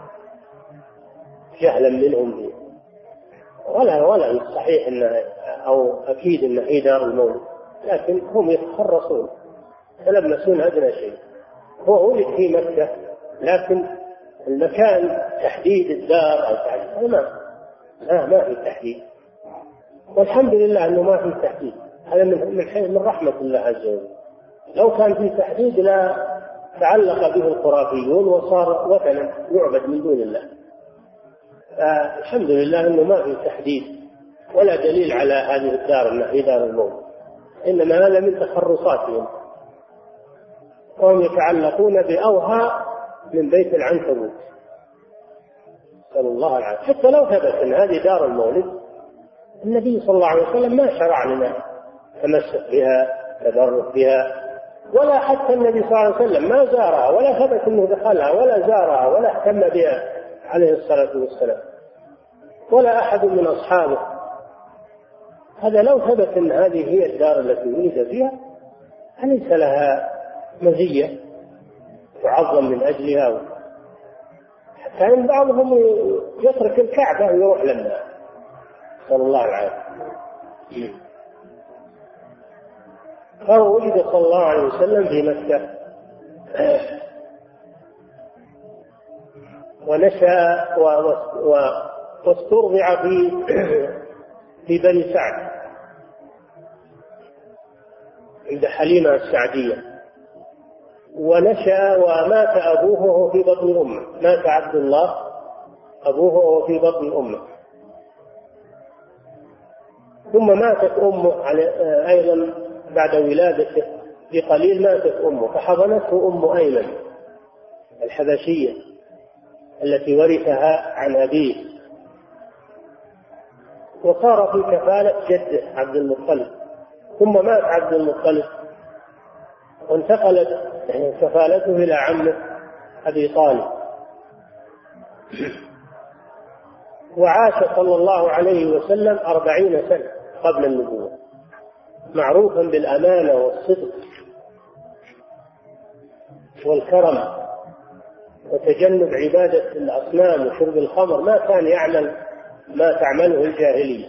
وجهلا منهم به. ولا ولا صحيح إن أو أكيد إن هي دار المولد، لكن هم يتخرصون يلمسون أدنى شيء. هو ولد في مكة، لكن المكان تحديد الدار أو تحديد ما لا ما في تحديد، والحمد لله أنه ما في تحديد. هذا من من رحمة الله عز وجل. لو كان في تحديد لا تعلق به الخرافيون وصار وثنا يعبد من دون الله. الحمد لله أنه ما في تحديد ولا دليل على هذه الدار أنها هي دار الموت، إنما هذا من تخرصاتهم، وهم يتعلقون بأوهى من بيت العنكبوت، نسأل الله العافية. حتى لو ثبت أن هذه دار المولد، النبي صلى الله عليه وسلم ما شرع لنا تمسك بها تبرك بها، ولا حتى النبي صلى الله عليه وسلم ما زارها ولا ثبت أنه دخلها ولا زارها ولا اهتم بها عليه الصلاة والسلام، ولا أحد من أصحابه. هذا لو ثبت أن هذه هي الدار التي ولد فيها أليس لها مزية تعظم من أجلها؟ حتى إن بعضهم يترك الكعبة ويروح لنا، صلى الله العافية. فهو ولد صلى الله عليه وسلم في مكة ونشأ واسترضع في في بني سعد عند حليمة السعدية. ونشأ ومات أبوه وهو في بطن أمه، مات عبد الله أبوه وهو في بطن أمه. ثم ماتت أمه أيضا بعد ولادته بقليل، ماتت أمه فحضنته أم أيمن الحبشية التي ورثها عن أبيه، وصار في كفالة جده عبد المطلب. ثم مات عبد المطلب وانتقلت كفالته إلى عمه أبي طالب. وعاش صلى الله عليه وسلم أربعين سنة قبل النبوة، معروفا بالأمانة والصدق والكرم وتجنب عبادة الأصنام وشرب الخمر. ما كان يعمل ما تعمله الجاهلية،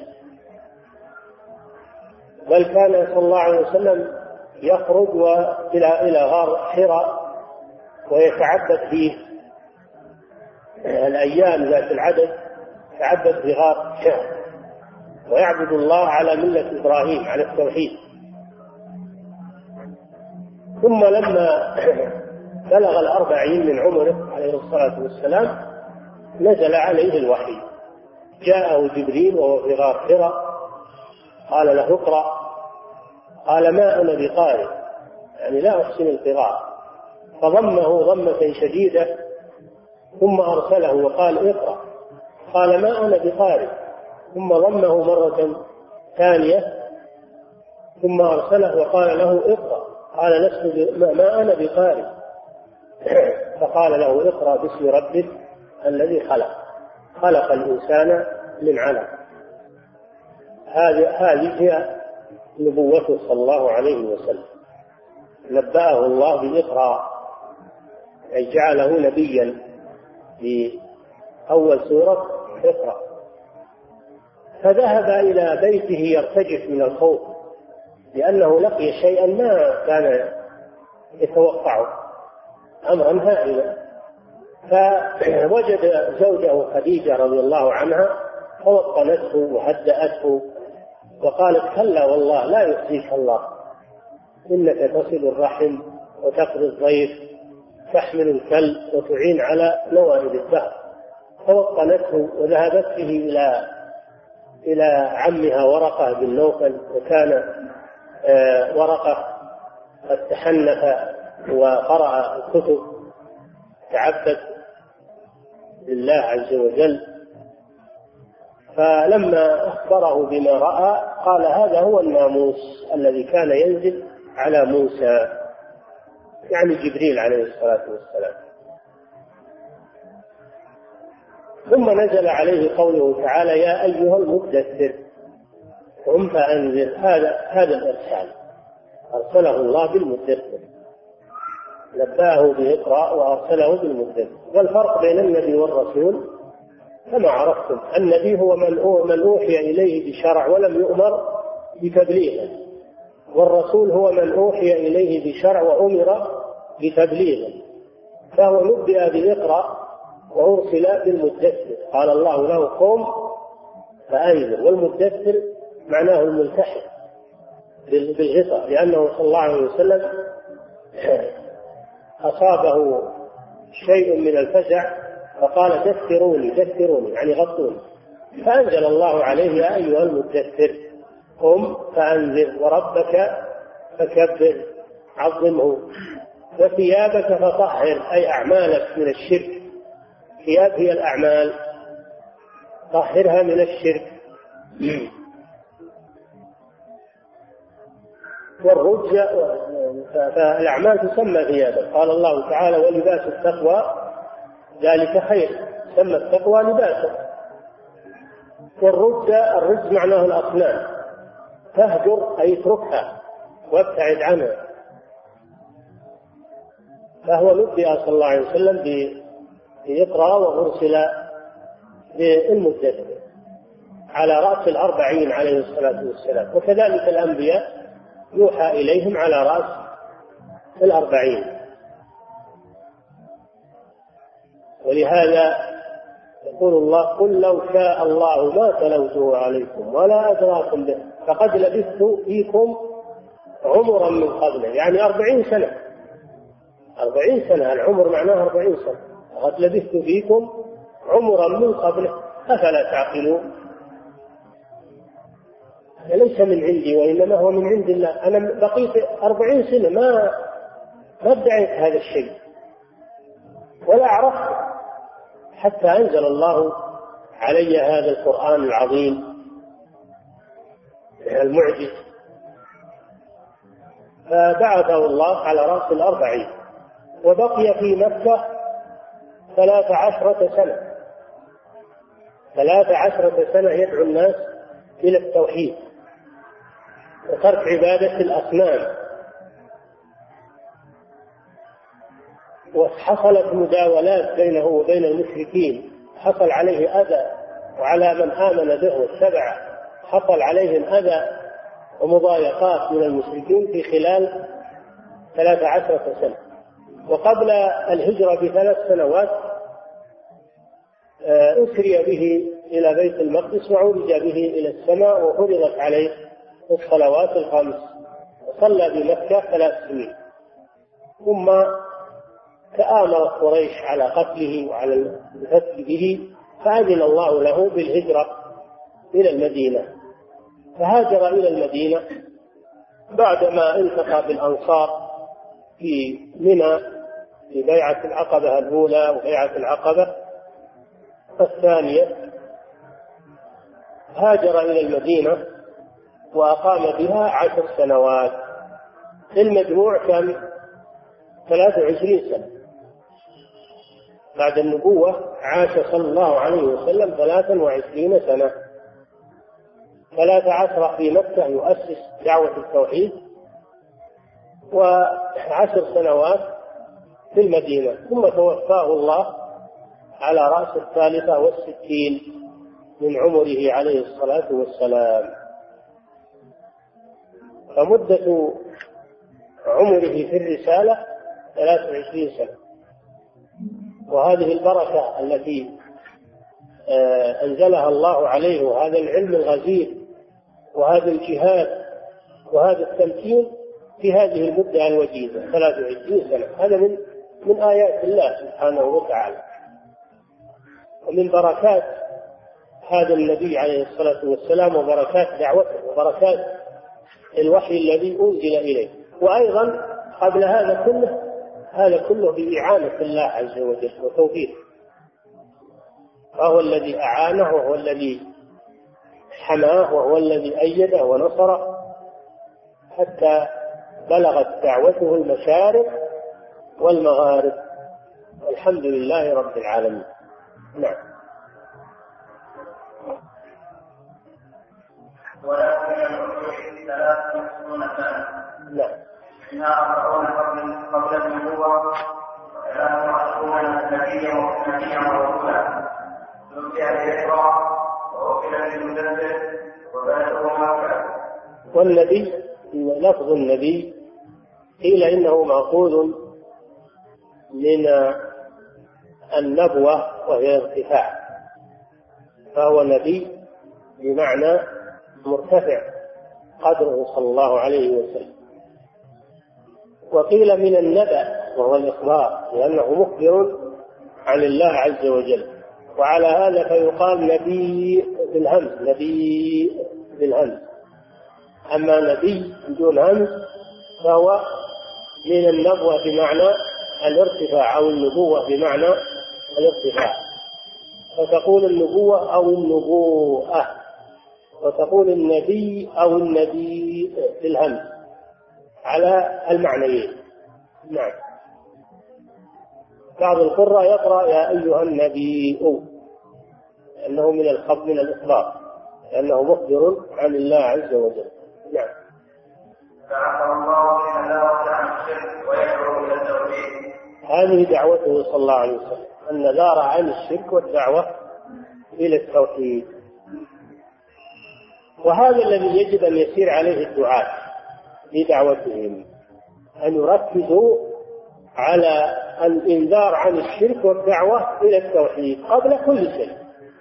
بل كان صلى الله عليه وسلم يخرج إلى غار حراء ويتعبد فيه الأيام ذات العدد، يتعبد في غار شهر ويعبد الله على ملة إبراهيم على التوحيد. ثم لما بلغ الأربعين من عمره عليه الصلاة والسلام نزل عليه الوحي، جاءه جبريل وهو في غار حراء قال له اقرأ، قال ما أنا بقارئ، يعني لا أحسن القراءة، فضمه ضمة شديدة ثم أرسله وقال اقرأ، قال ما أنا بقارئ، ثم ضمه مرة ثانية ثم أرسله وقال له اقرأ، قال لست ما أنا بقارئ، فقال له اقرأ باسم ربك الذي خلق خلق الإنسان من علق. هذه هي نبوته صلى الله عليه وسلم، نبأه الله بإقراء، أي جعله نبيا في أول سورة اقرأ. فذهب إلى بيته يرتجف من الخوف لأنه لقي شيئا ما كان يتوقعه، أمرا هائلا. فوجد زوجه خديجة رضي الله عنها فوطنته وهدأته وقالت كلا والله لا يخزيك الله، إنك تصل الرحم وتقضي الضيف تحمل الكلب وتعين على نوائب الدهر. فوطنته وذهبت به إلى إلى عمها ورقة بن نوفل، وكان آه ورقة قد تحنث وقرأ الكتب تعبد لله عز وجل. فلما أخبره بما رأى قال هذا هو الناموس الذي كان ينزل على موسى، يعني جبريل عليه الصلاة والسلام. ثم نزل عليه قوله تعالى يا أيها المدثر قم فأنذر. هذا هذا الإرسال أرسله الله بالمدثر، نبأه بإقراء وأرسله بالمدثر. والفرق بين النبي والرسول كما عرفتم، النبي هو من أوحي إليه بشرع ولم يؤمر بتبليغه، والرسول هو من أوحي إليه بشرع وأمر بتبليغه، فهو نبئ بإقراء وأرسل بالمدثر. قال الله له قم فأنذر، والمدثر معناه الملتحق بالغطاء، لأنه صلى الله عليه وسلم أصابه شيء من الفزع فقال دثروني دثروني يعني غطوني، فأنزل الله عليه يا أيها المدثر قم فأنذر وربك فكبر عظمه وثيابك فطهر، أي أعمالك من الشرك. ثياب هي الأعمال، طهرها من الشرك. والرجز فالأعمال تسمى ثيابا. قال الله تعالى ولباس التقوى ذلك خير، سمى التقوى لباسا. والرجز الرجز معناه الأصنام، تهجر أي اتركها وابتعد عنها. فهو نبئ صلى الله عليه وسلم بإقرأ وأرسل بالمدثر على رأس الأربعين عليه الصلاة والسلام، وكذلك الأنبياء يوحى إليهم على رأس الأربعين. ولهذا يقول الله: قل لو شاء الله ما تلوته عليكم ولا أدراكم به فقد لبثت فيكم عمرا من قبله. يعني أربعين سنة، أربعين سنة، العمر معناه أربعين سنة، فقد لبثت فيكم عمرا من قبله أفلا تعقلون. ليس من عندي وإنما هو من عند الله. أنا بقيت أربعين سنة ما ما ادعيت هذا الشيء ولا عرفت حتى أنزل الله علي هذا القرآن العظيم المعجز. فبعثه الله على رأس الأربعين، وبقي في مكة ثلاث عشرة سنة، ثلاث عشرة سنة يدعو الناس إلى التوحيد وترك عبادة الأصنام. وحصلت مداولات بينه وبين المشركين، حصل عليه أذى، وعلى من آمن به واتبعه حصل عليهم أذى ومضايقات من المشركين في خلال ثلاث عشرة سنة. وقبل الهجرة بثلاث سنوات أسري به إلى بيت المقدس وعرج به إلى السماء وفرضت عليه الصلوات الخمس، وصلى بمكة ثلاث سنين. ثم تآمرت قريش على قتله وعلى الفتك به، فأذن الله له بالهجرة إلى المدينة، فهاجر إلى المدينة بعدما التقى بالأنصار في منى في بيعة العقبة الأولى وبيعة العقبة الثانية. هاجر إلى المدينة وأقام بها عشر سنوات، المجموع كان ثلاث وعشرين سنة. بعد النبوة عاش صلى الله عليه وسلم ثلاثا وعشرين سنة، ثلاث عشر في مكة يؤسس دعوة التوحيد، وعشر سنوات في المدينة، ثم توفاه الله على رأس الثالثة والستين من عمره عليه الصلاة والسلام. فمدة عمره في الرسالة ثلاث وعشرين سنة. وهذه البركة التي أنزلها الله عليه، وهذا العلم الغزير وهذا الجهاد وهذا التمكين في هذه المدة الوجيزة ثلاث وعشرين سنة، هذا من من آيات الله سبحانه وتعالى، ومن بركات هذا النبي عليه الصلاة والسلام، وبركات دعوته، وبركات الوحي الذي أنزل إليه. وأيضا قبل هذا كله، هذا كله بإعانة الله عز وجل وتوفيقه، وهو الذي أعانه، وهو الذي حماه، وهو الذي أيده ونصره حتى بلغت دعوته المشارق والمغارب، والحمد لله رب العالمين. نعم. ولكن العلوم ثلاث وعشرون سنة. نعم. منها أربعون قبل النبوة، وثلاث وعشرون نبيا ونبيا ورسولا، نبي بإقرار ووكل بالمدبر وبلغه مكة. والنبي لفظ النبي قيل إنه مأخوذ من النبوة وهي ارتفاع، فهو نبي بمعنى مرتفع قدره صلى الله عليه وسلم. وقيل من النبأ وهو الإخبار، لأنه مخبر عن الله عز وجل، وعلى هذا فيقال نبي بالهمز، نبي بالهمز. أما نبي بدون همز فهو من النبوة بمعنى الارتفاع، أو النبوة بمعنى الارتفاع، فتقول النبوة أو النبوءة، وتقول النبي أو النبي بالهمز على المعنيين. نعم. بعض القراء يقرأ يا أيها النبي، لأنه من الخبر من الإخبار، لأنه مخبر عن الله عز وجل. نعم. فعفى الله بالحلاوة عن الشرك ويدعو إلى التوحيد. هذه دعوته صلى الله عليه وسلم، النذار عن الشرك والدعوة إلى التوحيد. وهذا الذي يجب أن يسير عليه الدعاة في دعوتهم، أن يركزوا على الإنذار عن الشرك والدعوة إلى التوحيد قبل كل شيء،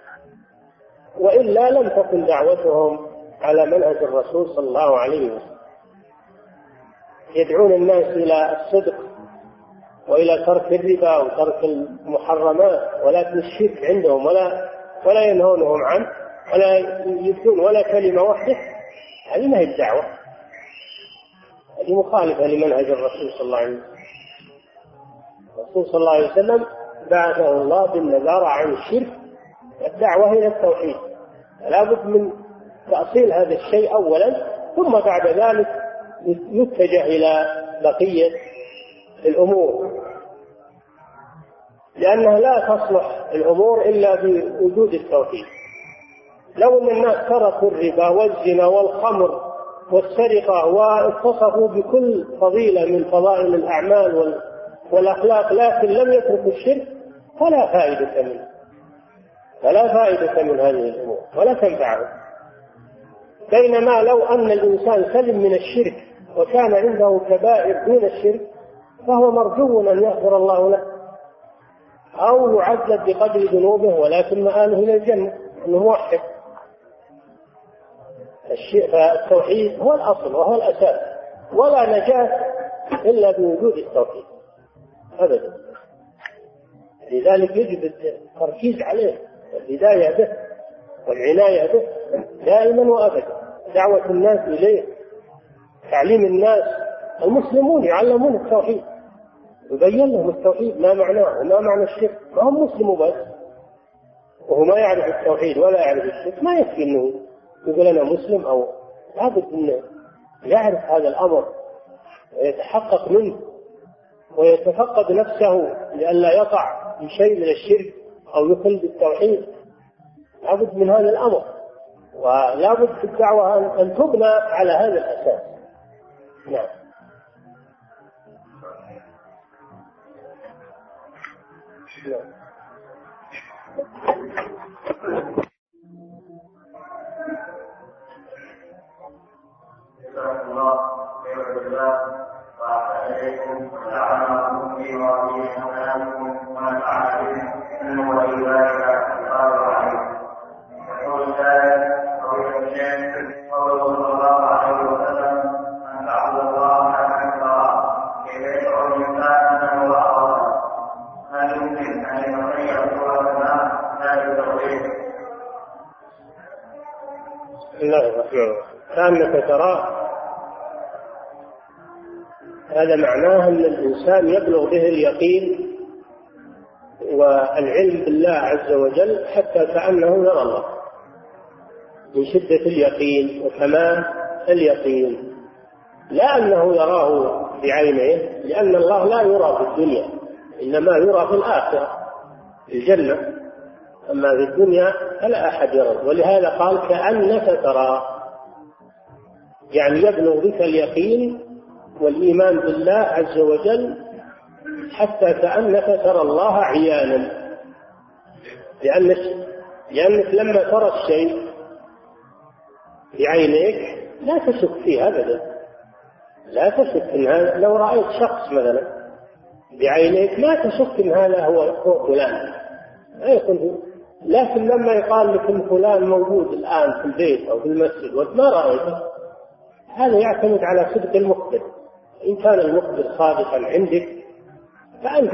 وإلا لم تكن دعوتهم على منهج الرسول صلى الله عليه وسلم. يدعون الناس إلى الصدق وإلى ترك الربا وترك المحرمات، ولكن الشرك عندهم ولا ولا ينهونهم عنه ولا يجدون ولا كلمة واحدة. هذه ما هي الدعوة، هذه مخالفة لمنهج الرسول صلى الله عليه وسلم. الرسول صلى الله عليه وسلم بعثه الله بالنذار عن الشرك والدعوة إلى التوحيد، فلا بد من تأصيل هذا الشيء أولا، ثم بعد ذلك يتجه إلى بقية الأمور، لأنها لا تصلح الأمور إلا بوجود التوحيد. لو أن الناس تركوا الربا والزنا والخمر والسرقة واتصفوا بكل فضيلة من فضائل الأعمال والأخلاق لكن لم يتركوا الشرك فلا فائدة منه، فلا فائدة من هذه الأمور ولا تنفعه. بينما لو أن الإنسان سلم من الشرك وكان عنده كبائر دون الشرك فهو مرجو أن يغفر الله له أو يعذب بقدر ذنوبه، ولكن مآله إلى الجنة أنه موحد. فالتوحيد هو الأصل وهو الأساس، ولا نجاة إلا بوجود التوحيد أبدا. لذلك يجب التركيز عليه والبداية به والعناية به دائما وأبدا، دعوة الناس إليه، تعليم الناس. المسلمون يعلمون التوحيد، يبين لهم التوحيد ما معناه وما معنى الشرك. ما هم مسلموا بس وهو ما يعرف التوحيد ولا يعرف الشرك، ما يكفي أنه يقول أنا مسلم، أو لابد أنه يعرف هذا الأمر ويتحقق منه ويتفقد نفسه لئلا يقع في شيء من الشرك أو يخل بالتوحيد. لابد من هذا الأمر، ولابد في الدعوة أن تبنى على هذا الأساس. نعم. كأنك تراه، هذا معناه أن الإنسان يبلغ به اليقين والعلم بالله عز وجل حتى كأنه يرى الله، من شدة اليقين وكمال اليقين، لا أنه يراه بعينيه، لأن الله لا يرى في الدنيا إنما يرى في الآخرة في الجنة، أما في الدنيا فلا أحد يرى. ولهذا قال كأنك تراه، يعني يبلغ بك اليقين والإيمان بالله عز وجل حتى كأنك ترى الله عيانا، لأنك, لأنك لما ترى الشيء بعينيك لا تشك فيه أبدا، لا تشك إن هذا، لو رأيت شخص مثلا بعينيك ما تشك إن هذا هو فلان، لا يكون. لكن لما يقال لك إن فلان موجود الآن في البيت أو في المسجد وما رأيته، هذا يعتمد على صدق المخبر. إن كان المخبر صادقا عندك فأنت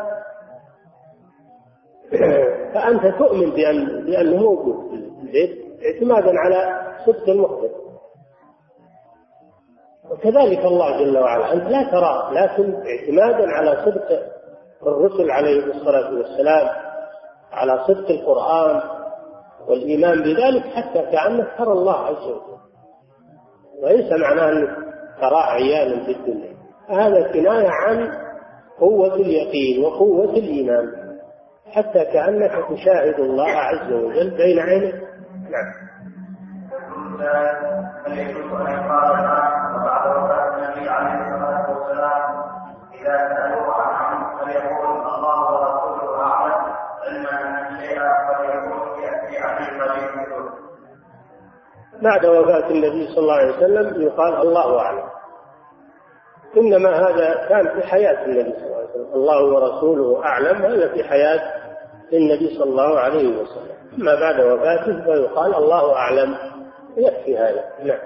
فأنت تؤمن بأن بأنه موجود في البيت اعتمادا على صدق المخبر. وكذلك الله جل وعلا أنت لا ترى، لكن اعتمادا على صدق الرسل عليهم الصلاة والسلام، على صدق القرآن والإيمان بذلك، حتى كأنك ترى الله عز وجل، وليس معناه أنك تراه عيانا في الدنيا. هذا كناية عن قوة اليقين وقوة الإيمان، حتى كأنك تشاهد الله عز وجل بين عينيك. نعم. وبعد وفاة النبي عليه الصلاة والسلام إذا سألوه عنه فليقول الله ورسوله أعلم، علما أن شيئا فليقول يأتي عليه فليقول. بعد وفاة النبي صلى الله عليه وسلم يقال الله أعلم، إنما هذا كان في حياة النبي صلى الله عليه الله ورسوله أعلم، هذا في حياة النبي صلى الله عليه وسلم. أما بعد وفاته فيقال الله أعلم، يكفي هذا. نعم.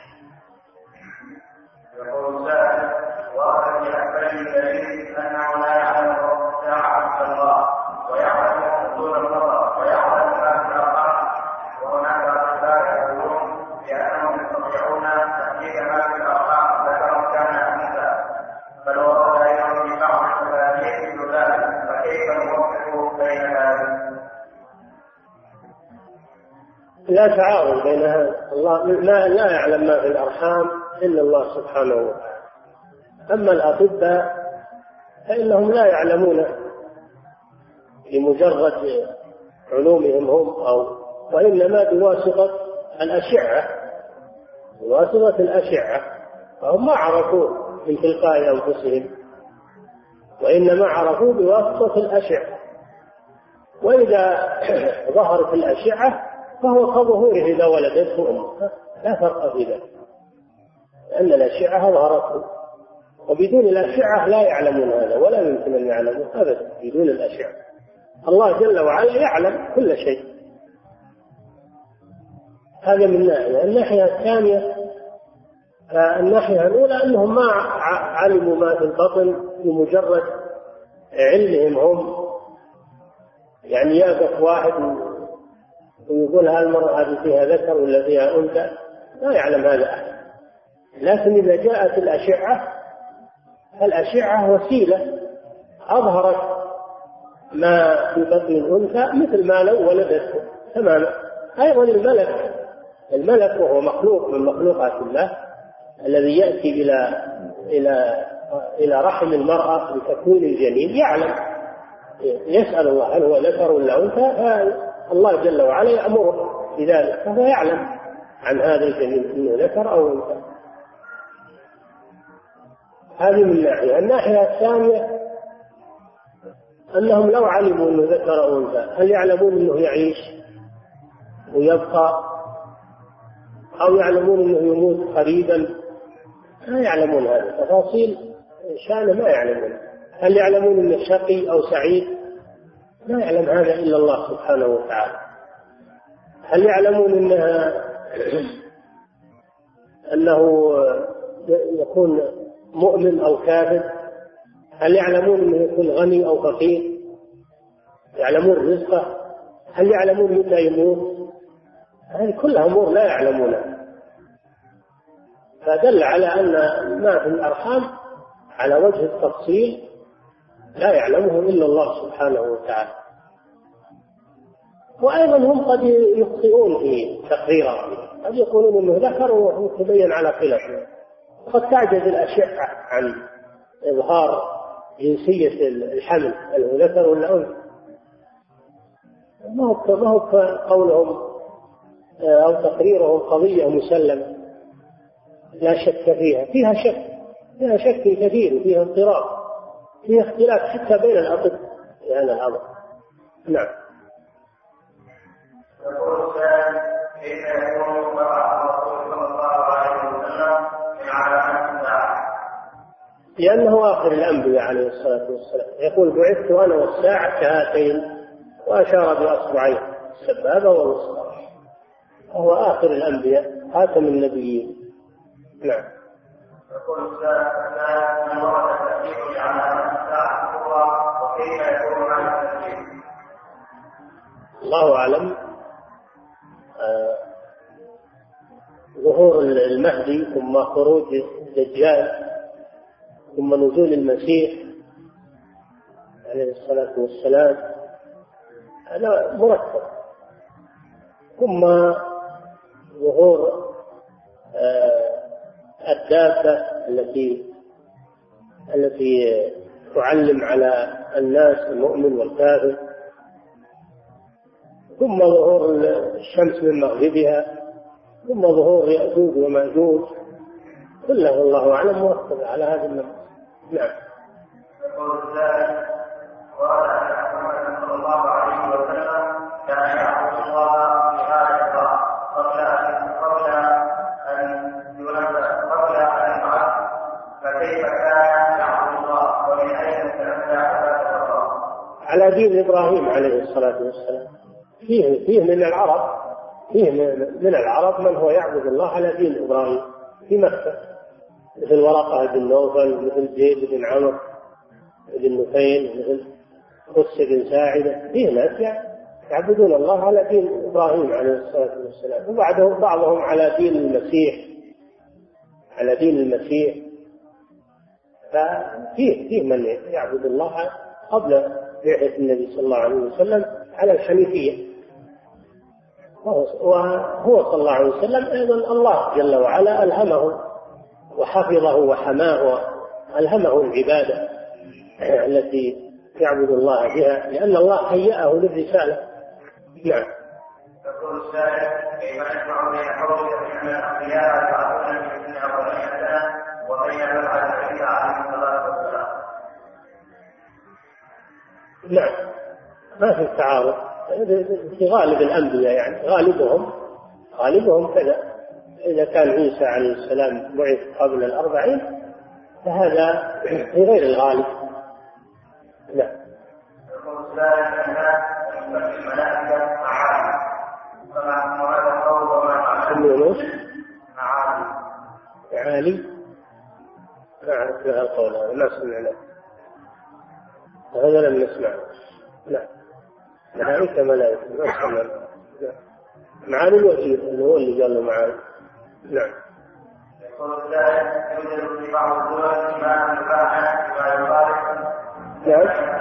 يقول سائل: وأخذ بأكبر دليل أنه لا يعلم الساعة إلا الله، ويعلم حدود النظر، ويعلم ما في الأرحام، وهناك أطباء يقولون بأنهم يستطيعون تحديد ما في الأرحام ذكر كان أنثى، بل ورد أيضا في بعض التفاسير مثل ذلك، فكيف نوفق بين هذا؟ لا تعارض بين هذا، الله لا, لا يعلم ما في الأرحام إلا الله سبحانه وتعالى. أما الأطباء فإنهم لا يعلمون بمجرد علومهم هم، أو وإنما بواسطة الأشعة، بواسطة الأشعة، فهم ما عرفوا من تلقاء أنفسهم، وإنما عرفوا بواسطة الأشعة. وإذا ظهرت الأشعة فهو كظهوره إذا ولدته أمه، لا فرق في ذلك، لأن الأشعة ظهرته، وبدون الأشعة لا يعلمون هذا، ولا يمكن أن يعلموا أبدا بدون الأشعة. الله جل وعلا يعلم كل شيء. هذا من ناحية. الناحية الثانية، الناحية الأولى أنهم ما علموا ما في البطن بمجرد علمهم هم، يعني يقف واحد ويقول هالمرأة هذه فيها ذكر ولا فيها أنثى، لا يعلم هذا أحد. لكن إذا جاءت الأشعة، الأشعة وسيلة أظهرت ما في بطن الأنثى مثل ما لو ولدته تماما. أيضا الملك الملك وهو مخلوق من مخلوقات الله، الذي يأتي إلى إلى إلى رحم المرأة لتكوين الجنين، يعلم، يسأل الله هل هو ذكر ولا أنثى، الله جل وعلا يأمره بذلك، فهو يعلم عن هذا الجنين إنه ذكر أو أنثى. هذه من ناحية. الناحية الثانية أنهم لو علموا أنه ذكر أو أنثى، هل يعلمون أنه يعيش ويبقى، أو يعلمون أنه يموت قريبا؟ لا يعلمون هذه تفاصيل شأنه، ما يعلمون. هل يعلمون أنه شقي أو سعيد؟ لا يعلم هذا إلا الله سبحانه وتعالى. هل يعلمون أنها أنه يكون مؤمن أو كافر؟ هل يعلمون أنه يكون غني أو فقير؟ يعلمون رزقه؟ هل يعلمون متى يموت؟ هذه كلها أمور لا يعلمونها. فدل على أن ما في الأرحام على وجه التفصيل لا يعلمه إلا الله سبحانه وتعالى. وأيضا هم قد يخطئون في تقريرهم، قد يقولون أنه ذكر وتبين على خلافه، وقد تعجز الأشعة عن إظهار جنسية الحمل، هل هو ذكر ولا أنثى. ما هو قولهم أو تقريرهم قضية مسلمة لا شك فيها، فيها شك، فيها شك كثير، وفيها اضطراب، فيها اختلاف حتى بين الأطباء في هذا الأمر. نعم. يقول السائل: كيف يكون مبعث الرسول صلى الله عليه وسلم من علامات الساعة؟ لأنه آخر الأنبياء عليه الصلاة والسلام، يقول: بعثت أنا والساعة كهاتين، وأشار بأصبعيه السبابة والوسطى، وهو آخر الأنبياء، خاتم النبيين. نعم. يقول السائل: من ورد التأكيد علامات الساعة الكبرى، وكيف يكون هذا التأكيد؟ الله أعلم. آه ظهور المهدي، ثم خروج الدجال، ثم نزول المسيح عليه الصلاة والسلام، هذا مرتب، ثم ظهور آه الدابة التي التي تعلم على الناس المؤمن والكافر، ثم ظهور الشمس من مغربها، ثم ظهور يأجوج ومأجوج، كله الله أعلم موكل على هذا النمط. نعم. يقول السائل: وقال أن محمد صلى الله عليه وسلم كان يعبد الله بهذا قبل أن قبل أن يولد قبل أن يبعث، فكيف كان يعبد الله ومن أين على دين إبراهيم عليه الصلاة والسلام. فيه فيه من العرب فيه من العرب من هو يعبد الله على دين إبراهيم في مكة، مثل ورقة بن نوفل، مثل زيد بن عمرو بن نفيل، مثل قس بن ساعدة. فيه ناس يعبدون الله على دين إبراهيم عليه الصلاة والسلام، وبعدهم بعضهم على دين المسيح على دين المسيح ففيه فيه من يعبد الله قبل بعثة النبي صلى الله عليه وسلم على الحنيفية. وهو صلى الله عليه وسلم أيضا الله جل وعلا ألهمه وحفظه وحماه وألهمه العبادة التي يعبد الله بها، لأن الله هيأه للرسالة. نعم. يقول السائل: كيف نجمع بين قولك ان الانبياء يبعثون من اثنين واربعين سنه وبين مبعث عيسى عليه الصلاه والسلام؟ نعم، ما في تعارض في غالب الأنبياء، يعني غالبهم غالبهم كذا. إذا كان عيسى عليه السلام بعث قبل الأربعين فهذا في غير الغالب. نعم. يقول السائل: ان الملائكه معاني فما هذا القول وما معناه؟ معاني معاني ما أعرف لها القول هذا، ما سمعنا هذا، لم نسمع. لا ملائكة ملائكة ما سمعنا. معاني الوحيد اللي هو اللي قال له معاني. نعم. يقول السائل: يوجد في بعض الدول إيمان مباحا بما يخالف نعم.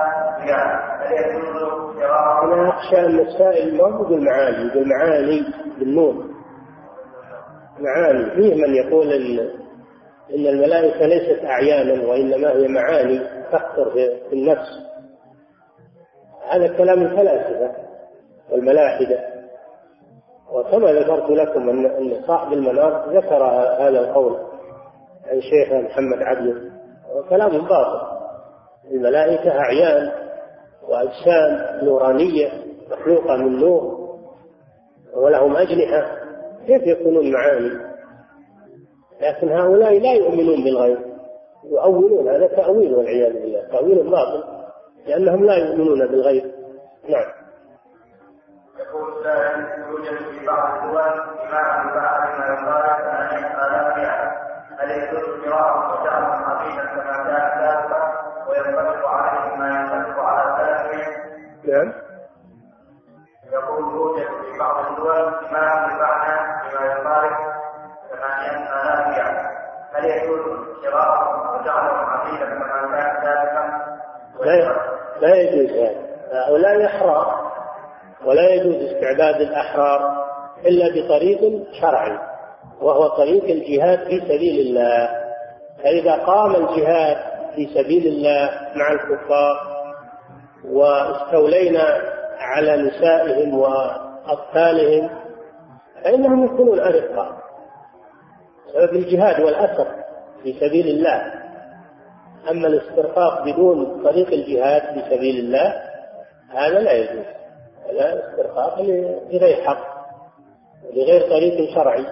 أنا أخشى أن السائل ما يقول معاني، يقول معاني بالنون. معاني. فيه من يقول إن إن الملائكة ليست أعيانا وإنما هي معاني تخطر في النفس. هذا كلام الفلاسفة والملاحدة. وكما ذكرت لكم أن صاحب المنار ذكر هذا القول عن شيخ محمد عبده، وكلام باطل. الملائكة أعيان وأجسام نورانية مخلوقة من نور ولهم أجنحة، كيف يكونون معاني؟ لكن هؤلاء لا يؤمنون بالغيب، يؤولون. هذا تأويل والعياذ بالله، تأويل باطل، لأنهم لا يؤمنون بالغيب. نعم. يقول السائل: يوجد في بعض الدول إمام مباح بما يخالف آلافها، هل يجوز قراءة وجعل حقيقة كما كان سابقا وينطبق عليه ما ينطبق على سلفه؟ نعم. يقول: يوجد في بعض الدول إمام مباح بما يخالف ثمانية آلافها، هل يجوز قراءة وجعل حقيقة كما كان سابقا؟ لا لا يجوز هذا. هؤلاء أحرار، ولا يجوز استعباد الأحرار إلا بطريق شرعي، وهو طريق الجهاد في سبيل الله. فإذا قام الجهاد في سبيل الله مع الكفار واستولينا على نسائهم وأطفالهم فإنهم يكونون أرقاء بسبب الجهاد والأسر في سبيل الله. أما الاسترقاق بدون طريق الجهاد في سبيل الله هذا لا يجوز، لا استرقاق لغير حق لغير طريق شرعي.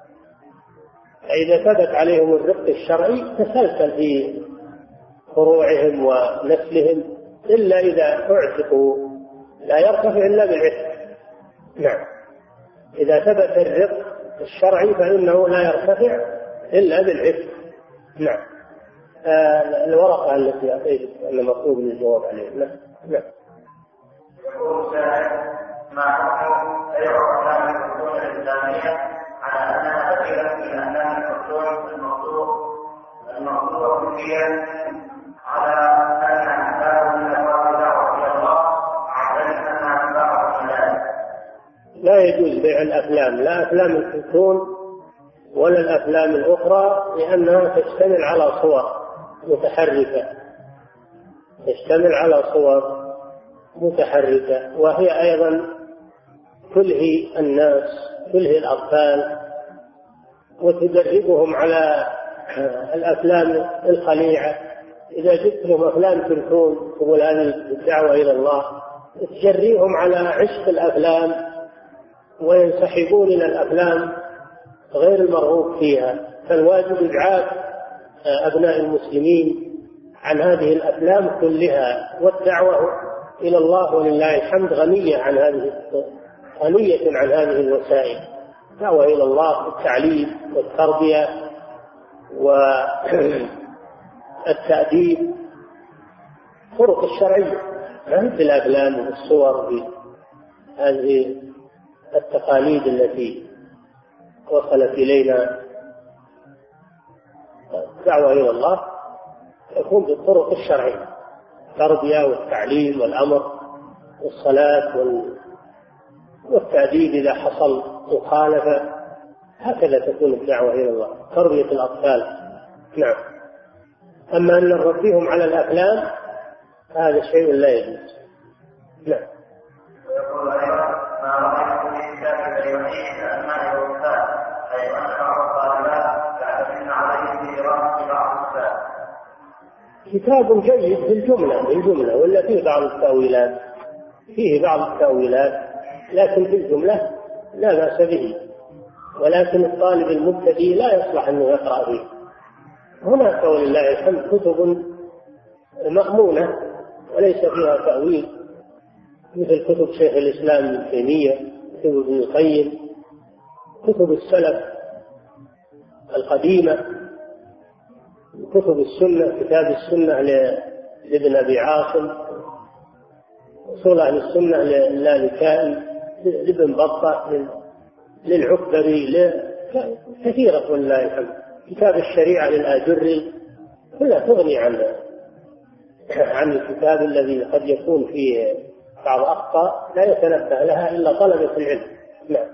فإذا ثبت عليهم الرق الشرعي تسلسل في فروعهم ونسلهم، إلا إذا اعتقوا لا يرتفع إلا بالعتق. نعم. إذا ثبت الرق الشرعي فإنه لا يرتفع إلا بالعتق. نعم. آه الورقة التي أعطيت أنا مطلوب للجواب عليها. نعم. نعم. يقول السائل: ما حكم أي أحكام الأصول الإسلامية على أنها كثيرة من أحكام الأصول الموضوع الموضوع كليا على أنها أسباب من أسباب الدعوة إلى الله، على أنها أسباب الملائكة؟ لا يجوز بيع الأفلام، لا أفلام الكرتون ولا الأفلام الأخرى، لأنها تشتمل على صور متحركة تشتمل على صور متحركة وهي أيضا تلهي الناس، تلهي الأطفال وتدربهم على الأفلام الخليعة. إذا جبت لهم أفلام كرتون تقول هذه الدعوة إلى الله، تجريهم على عشق الأفلام وينسحبون إلى الأفلام غير المرغوب فيها. فالواجب إبعاد أبناء المسلمين عن هذه الأفلام كلها، والدعوة إلى الله ولله الحمد غنية عن هذه غنية عن هذه الوسائل. دعوة إلى الله بالتعليم والتربية والتأديب، طرق الشرعية، مثل الأفلام والصور بهذه التقاليد التي وصلت إلينا. دعوة إلى الله تكون بالطرق الشرعية، التربية والتعليم والأمر والصلاة والتأديب إذا حصل مخالفة، هكذا تكون الدعوة إلى الله، تربية الأطفال. نعم. أما أن نربيهم على الأفلام هذا شيء لا يجوز. نعم. ويقول أيضا ما رأيت في كتاب اليمين الأسماء والصفات، حيث أن بعض الطالبات يعتمدن عليه في دراسة بعض الصفات. كتاب جيد بالجملة بالجملة ولا فيه بعض التأويلات، فيه بعض التأويلات لكن في الجملة لا بأس به، ولكن الطالب المبتدئ لا يصلح أنه يقرأ فيه. هناك ولله الحمد كتب مأمونة وليس فيها تأويل، مثل كتب شيخ الإسلام ابن تيمية، كتب ابن القيم، كتب السلف القديمة، كتب السنة، كتاب السنة لابن أبي عاصم، أصول أهل السنة للالكائي، لابن بطة، للعكبري، كثيرة ولله الحمد، كتاب الشريعة للآجري، كلها تغني عن عن الكتاب الذي قد يكون فيه بعض أخطاء لا يتنبه لها إلا طلبة العلم. نعم.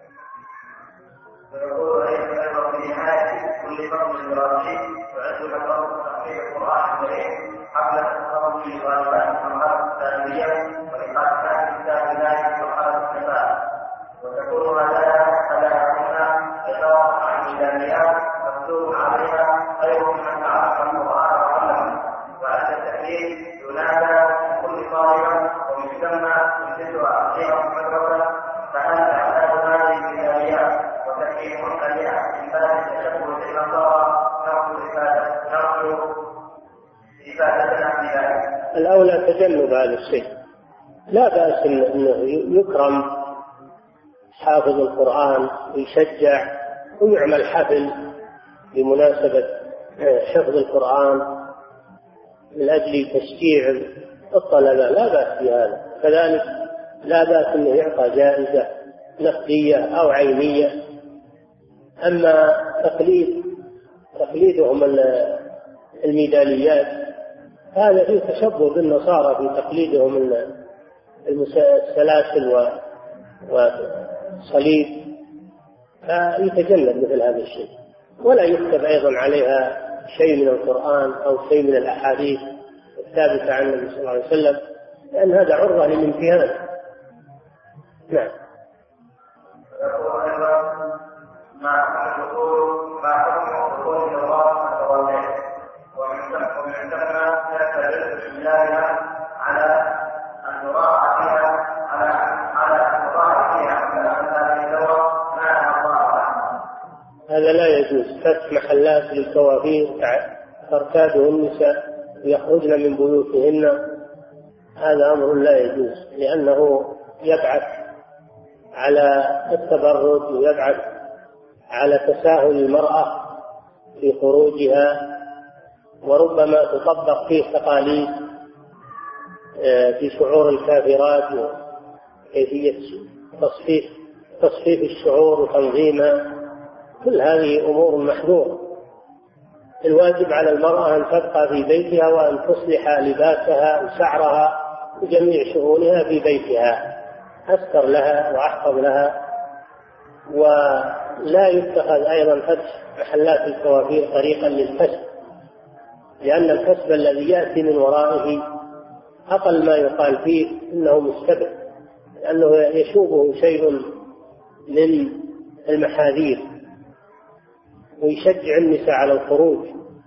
ويقول أيضا في نهاية كل فصل دراسي يعد مدرسة تحقيق القرآن الكريم قبل التخرج لطالبات المرحلة الثانوية ولقاءات كتاب الله في مرحلة الشباب، وتكون هدايا هداياهن يتوقع عن الميزانيات مكتوب عليها خير من تعلم القرآن وعلمه، وعند التأكيد ينادى كل طالبة ويسمى يجدها أخيرا في المدرسة، فهل أعداد هذه الميزانيات وتكريم عليها من باب التشبه بالنصارى نرجو إفادة نرجو إفادتنا في ذلك؟ الأولى تجنب هذا الشيء، لا بأس أنه يكرم حافظ القرآن ويشجع ويعمل حفل بمناسبة حفظ القرآن من أجل تشجيع الطلبة، لا بأس بهذا. كذلك لا بأس أنه يعطى جائزة نقدية أو عينية. أما تقليد تقليدهم الميداليات هذا فيه تشبه بالنصارى في تقليدهم السلاسل والصليب، فيتجنب مثل هذا الشيء، ولا يكتب أيضا عليها شيء من القرآن أو شيء من الأحاديث الثابتة عن النبي صلى الله عليه وسلم، لأن هذا عرضة للامتهان. نعم. ويقول أيضا ما حكم الدخول ما حكم الدخول إلى الله التوالي ومن ثم يعتبر بسم على أن نراعى فيها على على أن نراعى فيها على أن هذه الدورة ما الله. هذا لا يجوز، فتح محلات للكوافير ترتاده النساء ويخرجن من بيوتهن، هذا أمر لا يجوز، لأنه يبعث على التبرج ويبعث على تساهل المرأة في خروجها، وربما تطبق فيه تقاليد في شعور الكافرات وكيفية تصفيف تصفيف الشعور وتنظيمها، كل هذه أمور محظورة. الواجب على المرأة أن تبقى في بيتها وأن تصلح لباسها وشعرها وجميع شؤونها في بيتها، أستر لها وأحفظ لها. ولا يتخذ أيضا فتح محلات الكوافير طريقا للكسب، لأن الكسب الذي يأتي من ورائه أقل ما يقال فيه إنه مستبد، لأنه يشوبه شيء من المحاذير ويشجع النساء على الخروج.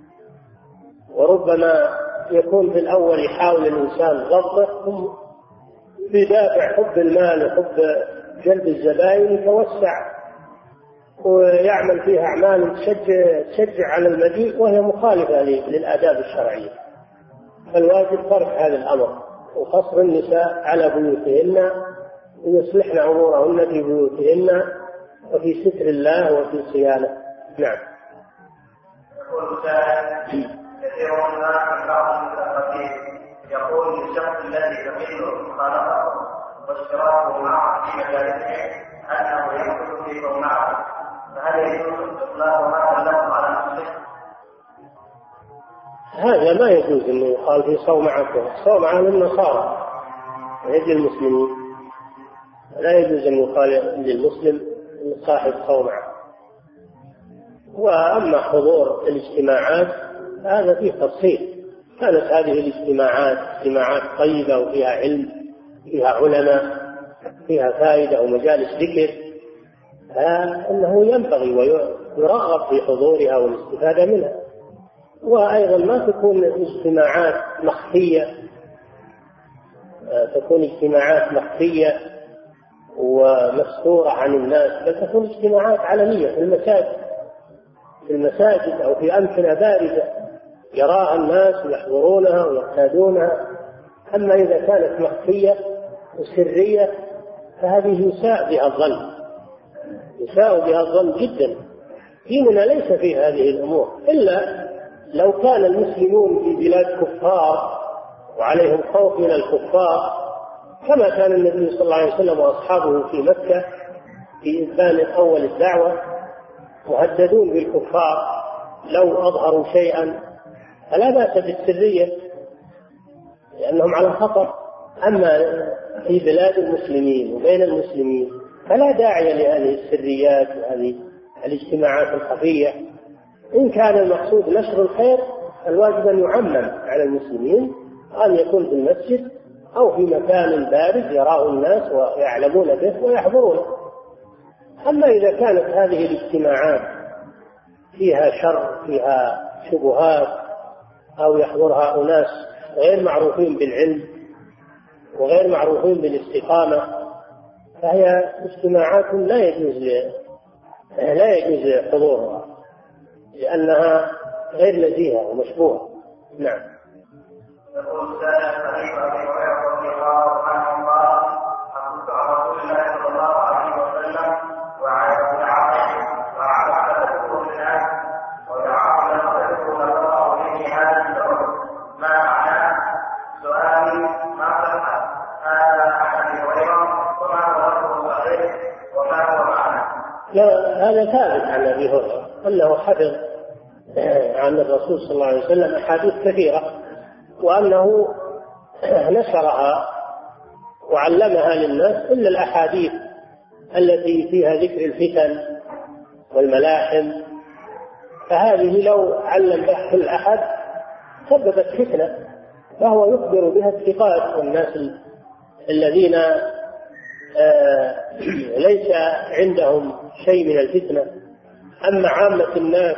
وربما يكون في الأول يحاول الإنسان ضبطه، ثم بدافع حب المال وحب جلب الزبائن يتوسع ويعمل فيها أعمال تشجع, تشجع على المجيء وهي مخالفة للآداب الشرعية. فالواجب ترك هذا الأمر وقصر النساء على بيوتهن ويصلحن أمورهن في بيوتهن وفي ستر الله وفي صيانة. نعم. يقول سائل كثير من بعض المتقدمين يقول للشخص الذي تقل مخالفته واشتراكه معه في مجالسه أنه يدخل فيكم معه، فهل يجوز إطلاق هذا اللفظ على نفسه؟ هذا ما يجوز أن يقال في صومعته، صومعة للنصارى ويجي المسلمين، لا يجوز أن يقال للمسلم صاحب صومعة. وأما حضور الاجتماعات هذا فيه تفصيل، كانت هذه الاجتماعات اجتماعات طيبة وفيها علم فيها علماء فيها فائدة ومجالس ذكر، فإنه ينبغي ويرغب في حضورها والاستفادة منها. وأيضا ما تكون اجتماعات مخفية، تكون اجتماعات مخفية ومستورة عن الناس، بل تكون اجتماعات علنية في المساجد في المساجد أو في أمكنة باردة يراها الناس ويحضرونها ويقتادونها. أما إذا كانت مخفية وسرية فهذه يساء بها الظن يساء بها الظن جدا. ديننا ليس في هذه الأمور، إلا لو كان المسلمون في بلاد كفار وعليهم خوف من الكفار، كما كان النبي صلى الله عليه وسلم وأصحابه في مكة في إنسان أول الدعوة مهددون بالكفار لو أظهروا شيئا، فلا بأس بالسرية لأنهم على خطر. أما في بلاد المسلمين وبين المسلمين فلا داعي لهذه السريات وهذه الاجتماعات الخفية. إن كان المقصود نشر الخير الواجب أن يعمم على المسلمين، أن يكون في المسجد أو في مكان بارد يراه الناس ويعلمون به ويحضرونه. أما إذا كانت هذه الاجتماعات فيها شر فيها شبهات أو يحضرها أناس غير معروفين بالعلم وغير معروفين بالاستقامة، فهي اجتماعات لا يجوز لا يجوز حضورها لأنها غير نزيهة ومشبوهة. نعم. يقول السائل حديث أبي هريرة رضي الله عنه قال: حدثت عن رسول الله صلى الله عليه وسلم وعلى عائشة وعلى عدد الناس ويعامل نصره الله به هذا السبب ما معناه؟ سؤالي: ما تفعل هذا عن أبي هريرة وما هو رده صحيح وما هو معناه؟ لا، هذا ثابت عن أبي هريرة أنه حفظ عن الرسول صلى الله عليه وسلم أحاديث كثيرة وأنه نشرها وعلمها للناس، إلا الأحاديث التي فيها ذكر الفتن والملاحم، فهذه لو علم بها كل أحد سببت فتنة، فهو يخبر بها الثقات والناس الذين ليس عندهم شيء من الفتنة. أما عامة الناس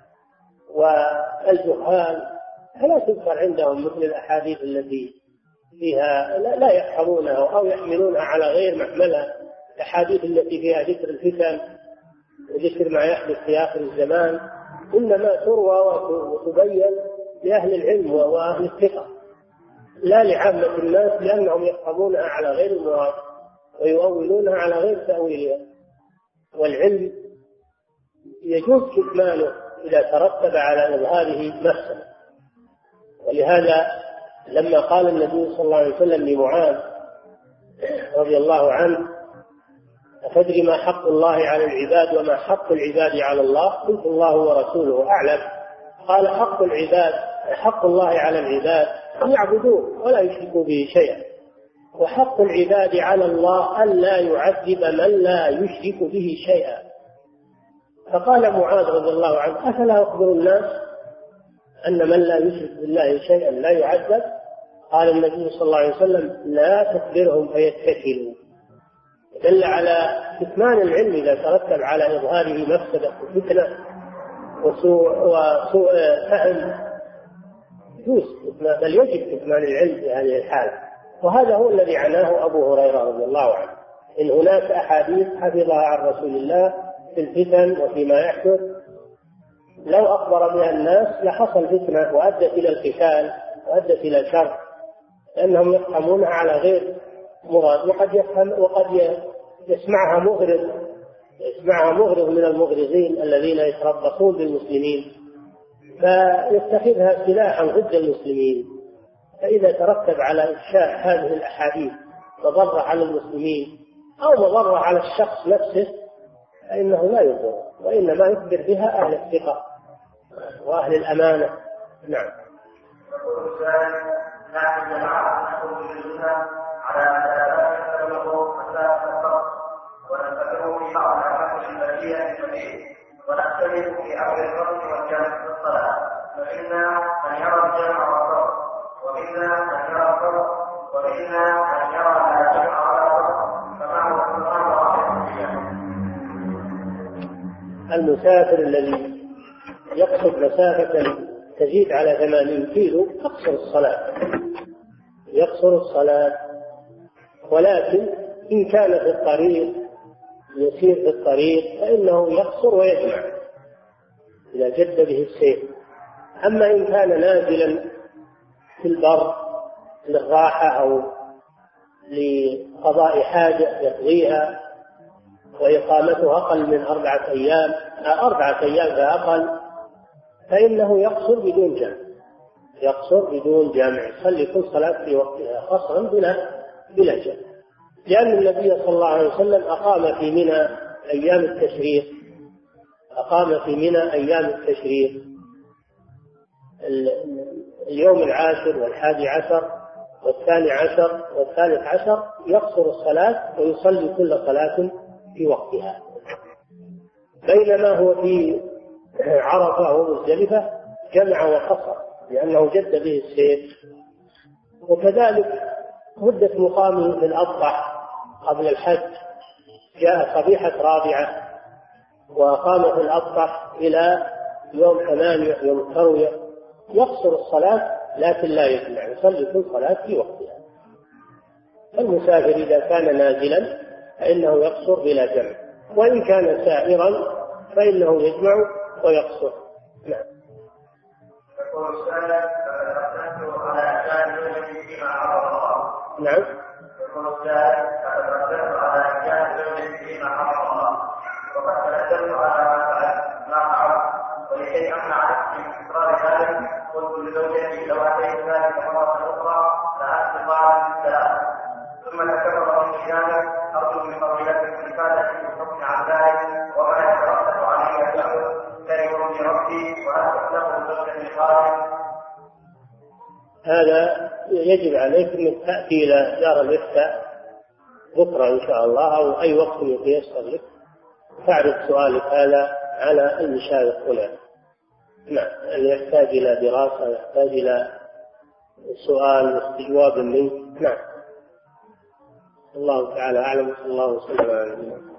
والجهال فلا تذكر عندهم مثل الأحاديث التي فيها لا يفهمونها أو يحملونها على غير محملها، الأحاديث التي فيها ذكر الفتن وذكر ما يحدث في آخر الزمان إنما تروى وتبين لأهل العلم وأهل الثقة، لا لعامة الناس لأنهم يفهمونها على غير المراد ويؤولونها على غير تأويلها. والعلم يجوز كتمانه إذا ترتب على إظهاره مفسدة. ولهذا لما قال النبي صلى الله عليه وسلم لمعاذ رضي الله عنه: أتدري ما حق الله على العباد وما حق العباد على الله؟ قلت: الله ورسوله أعلم. قال: حق العباد حق الله على العباد أن يعبدوه ولا يشركوا به شيئا، وحق العباد على الله أن لا يعذب من لا يشرك به شيئا. فقال معاذ رضي الله عنه: أفلا أخبر الناس أن من لا يشرك بالله شيئا لا يعذب؟ قال النبي صلى الله عليه وسلم: لا تخبرهم فيتكلوا. دل على كتمان العلم إذا ترتب على إظهاره مفسدة وفتنة وسوء, وسوء فهم يجوز، بل يجب كتمان العلم في هذه الحالة. وهذا هو الذي عناه أبو هريرة رضي الله عنه، إن هناك أحاديث حفظها عن رسول الله في الفتن وفيما يحدث لو أخبر بها الناس لحصل فتنة وأدت إلى القتال وأدت إلى شر لأنهم يفهمونها على غير مراد، وقد يفهم وقد يسمعها مغرض يسمعها مغرض من المغرضين الذين يتربصون بالمسلمين فيتخذها سلاحا ضد المسلمين. فإذا ترتب على إفشاء هذه الأحاديث مضرة على المسلمين أو مضرة على الشخص نفسه فإنه لا يضر، وإنما يخبر بها أهل الثقة وأهل الأمانة. نعم. على ثلاثة نمو مسافة الفرق وننتبه في بعض الأماكن البرية الكبير ونختلف في أمر الفرق والجمع في الصلاة، فإنا من يرى الجمع والفرق ومنا من يرى الفرق ومنا من يرى لا جمع ولا فرق، فما هو القرآن واحد. المسافر الذي يقصد مسافة تزيد على ثمانين كيلو يقصر الصلاة يقصر الصلاة ولكن إن كان في الطريق يسير في الطريق فإنه يقصر ويجمع إذا جد به السير. أما إن كان نازلا في البر للراحة أو لقضاء حاجة يقضيها وإقامته أقل من أربعة أيام أربعة أيام فأقل فإنه يقصر بدون جمع يقصر بدون جمع يصلي كل صلاة في وقتها قصرا بلا بلا جمع، لأن النبي صلى الله عليه وسلم أقام في منى أيام التشريق أقام في منى أيام التشريق اليوم العاشر والحادي عشر والثاني عشر والثالث عشر يقصر الصلاة ويصلي كل صلاة في وقتها، بينما هو في عرفة ومزدلفة جمع وقصر لأنه جد به السير. وكذلك مدة مقامه في الأضحى قبل الحج جاء صبيحة رابعة وأقام في الأضحى إلى يوم ثمانية يوم التروية يقصر الصلاة لكن لا يجمع يصلي كل صلاة في وقتها. المسافر إذا كان نازلا فإنه يقصر بلا جمع، وإن كان سائرا فإنه يجمع ويقصر. نعم. يقول السائل فقد على أحكام فيما حرم الله. نعم. يقول السائل فقد على أحكام فيما حرم الله وقد تنزلت على ما فعل ما فعل ولكي أمنع نفسي من تكرار ذلك قلت لزوجتي لو أتيت ذلك مرة أخرى فأنت قال لا، ثم تكرر من ذلك أرجو من فضيلتكم الإفادة في الحكم عن ذلك وما يترتب عليه الأمر كريم بربي وأسلم زوجتي قال. هذا يجب عليك أن تأتي إلى دار الإفتاء بكرة إن شاء الله أو أي وقت يتيسر لك تعرض سؤالك هذا على المشايخ هنا. نعم. اللي يحتاج إلى دراسة يحتاج إلى سؤال واستجواب منك. نعم. الله تعالى أعلم. صلى الله وسلم على نبينا.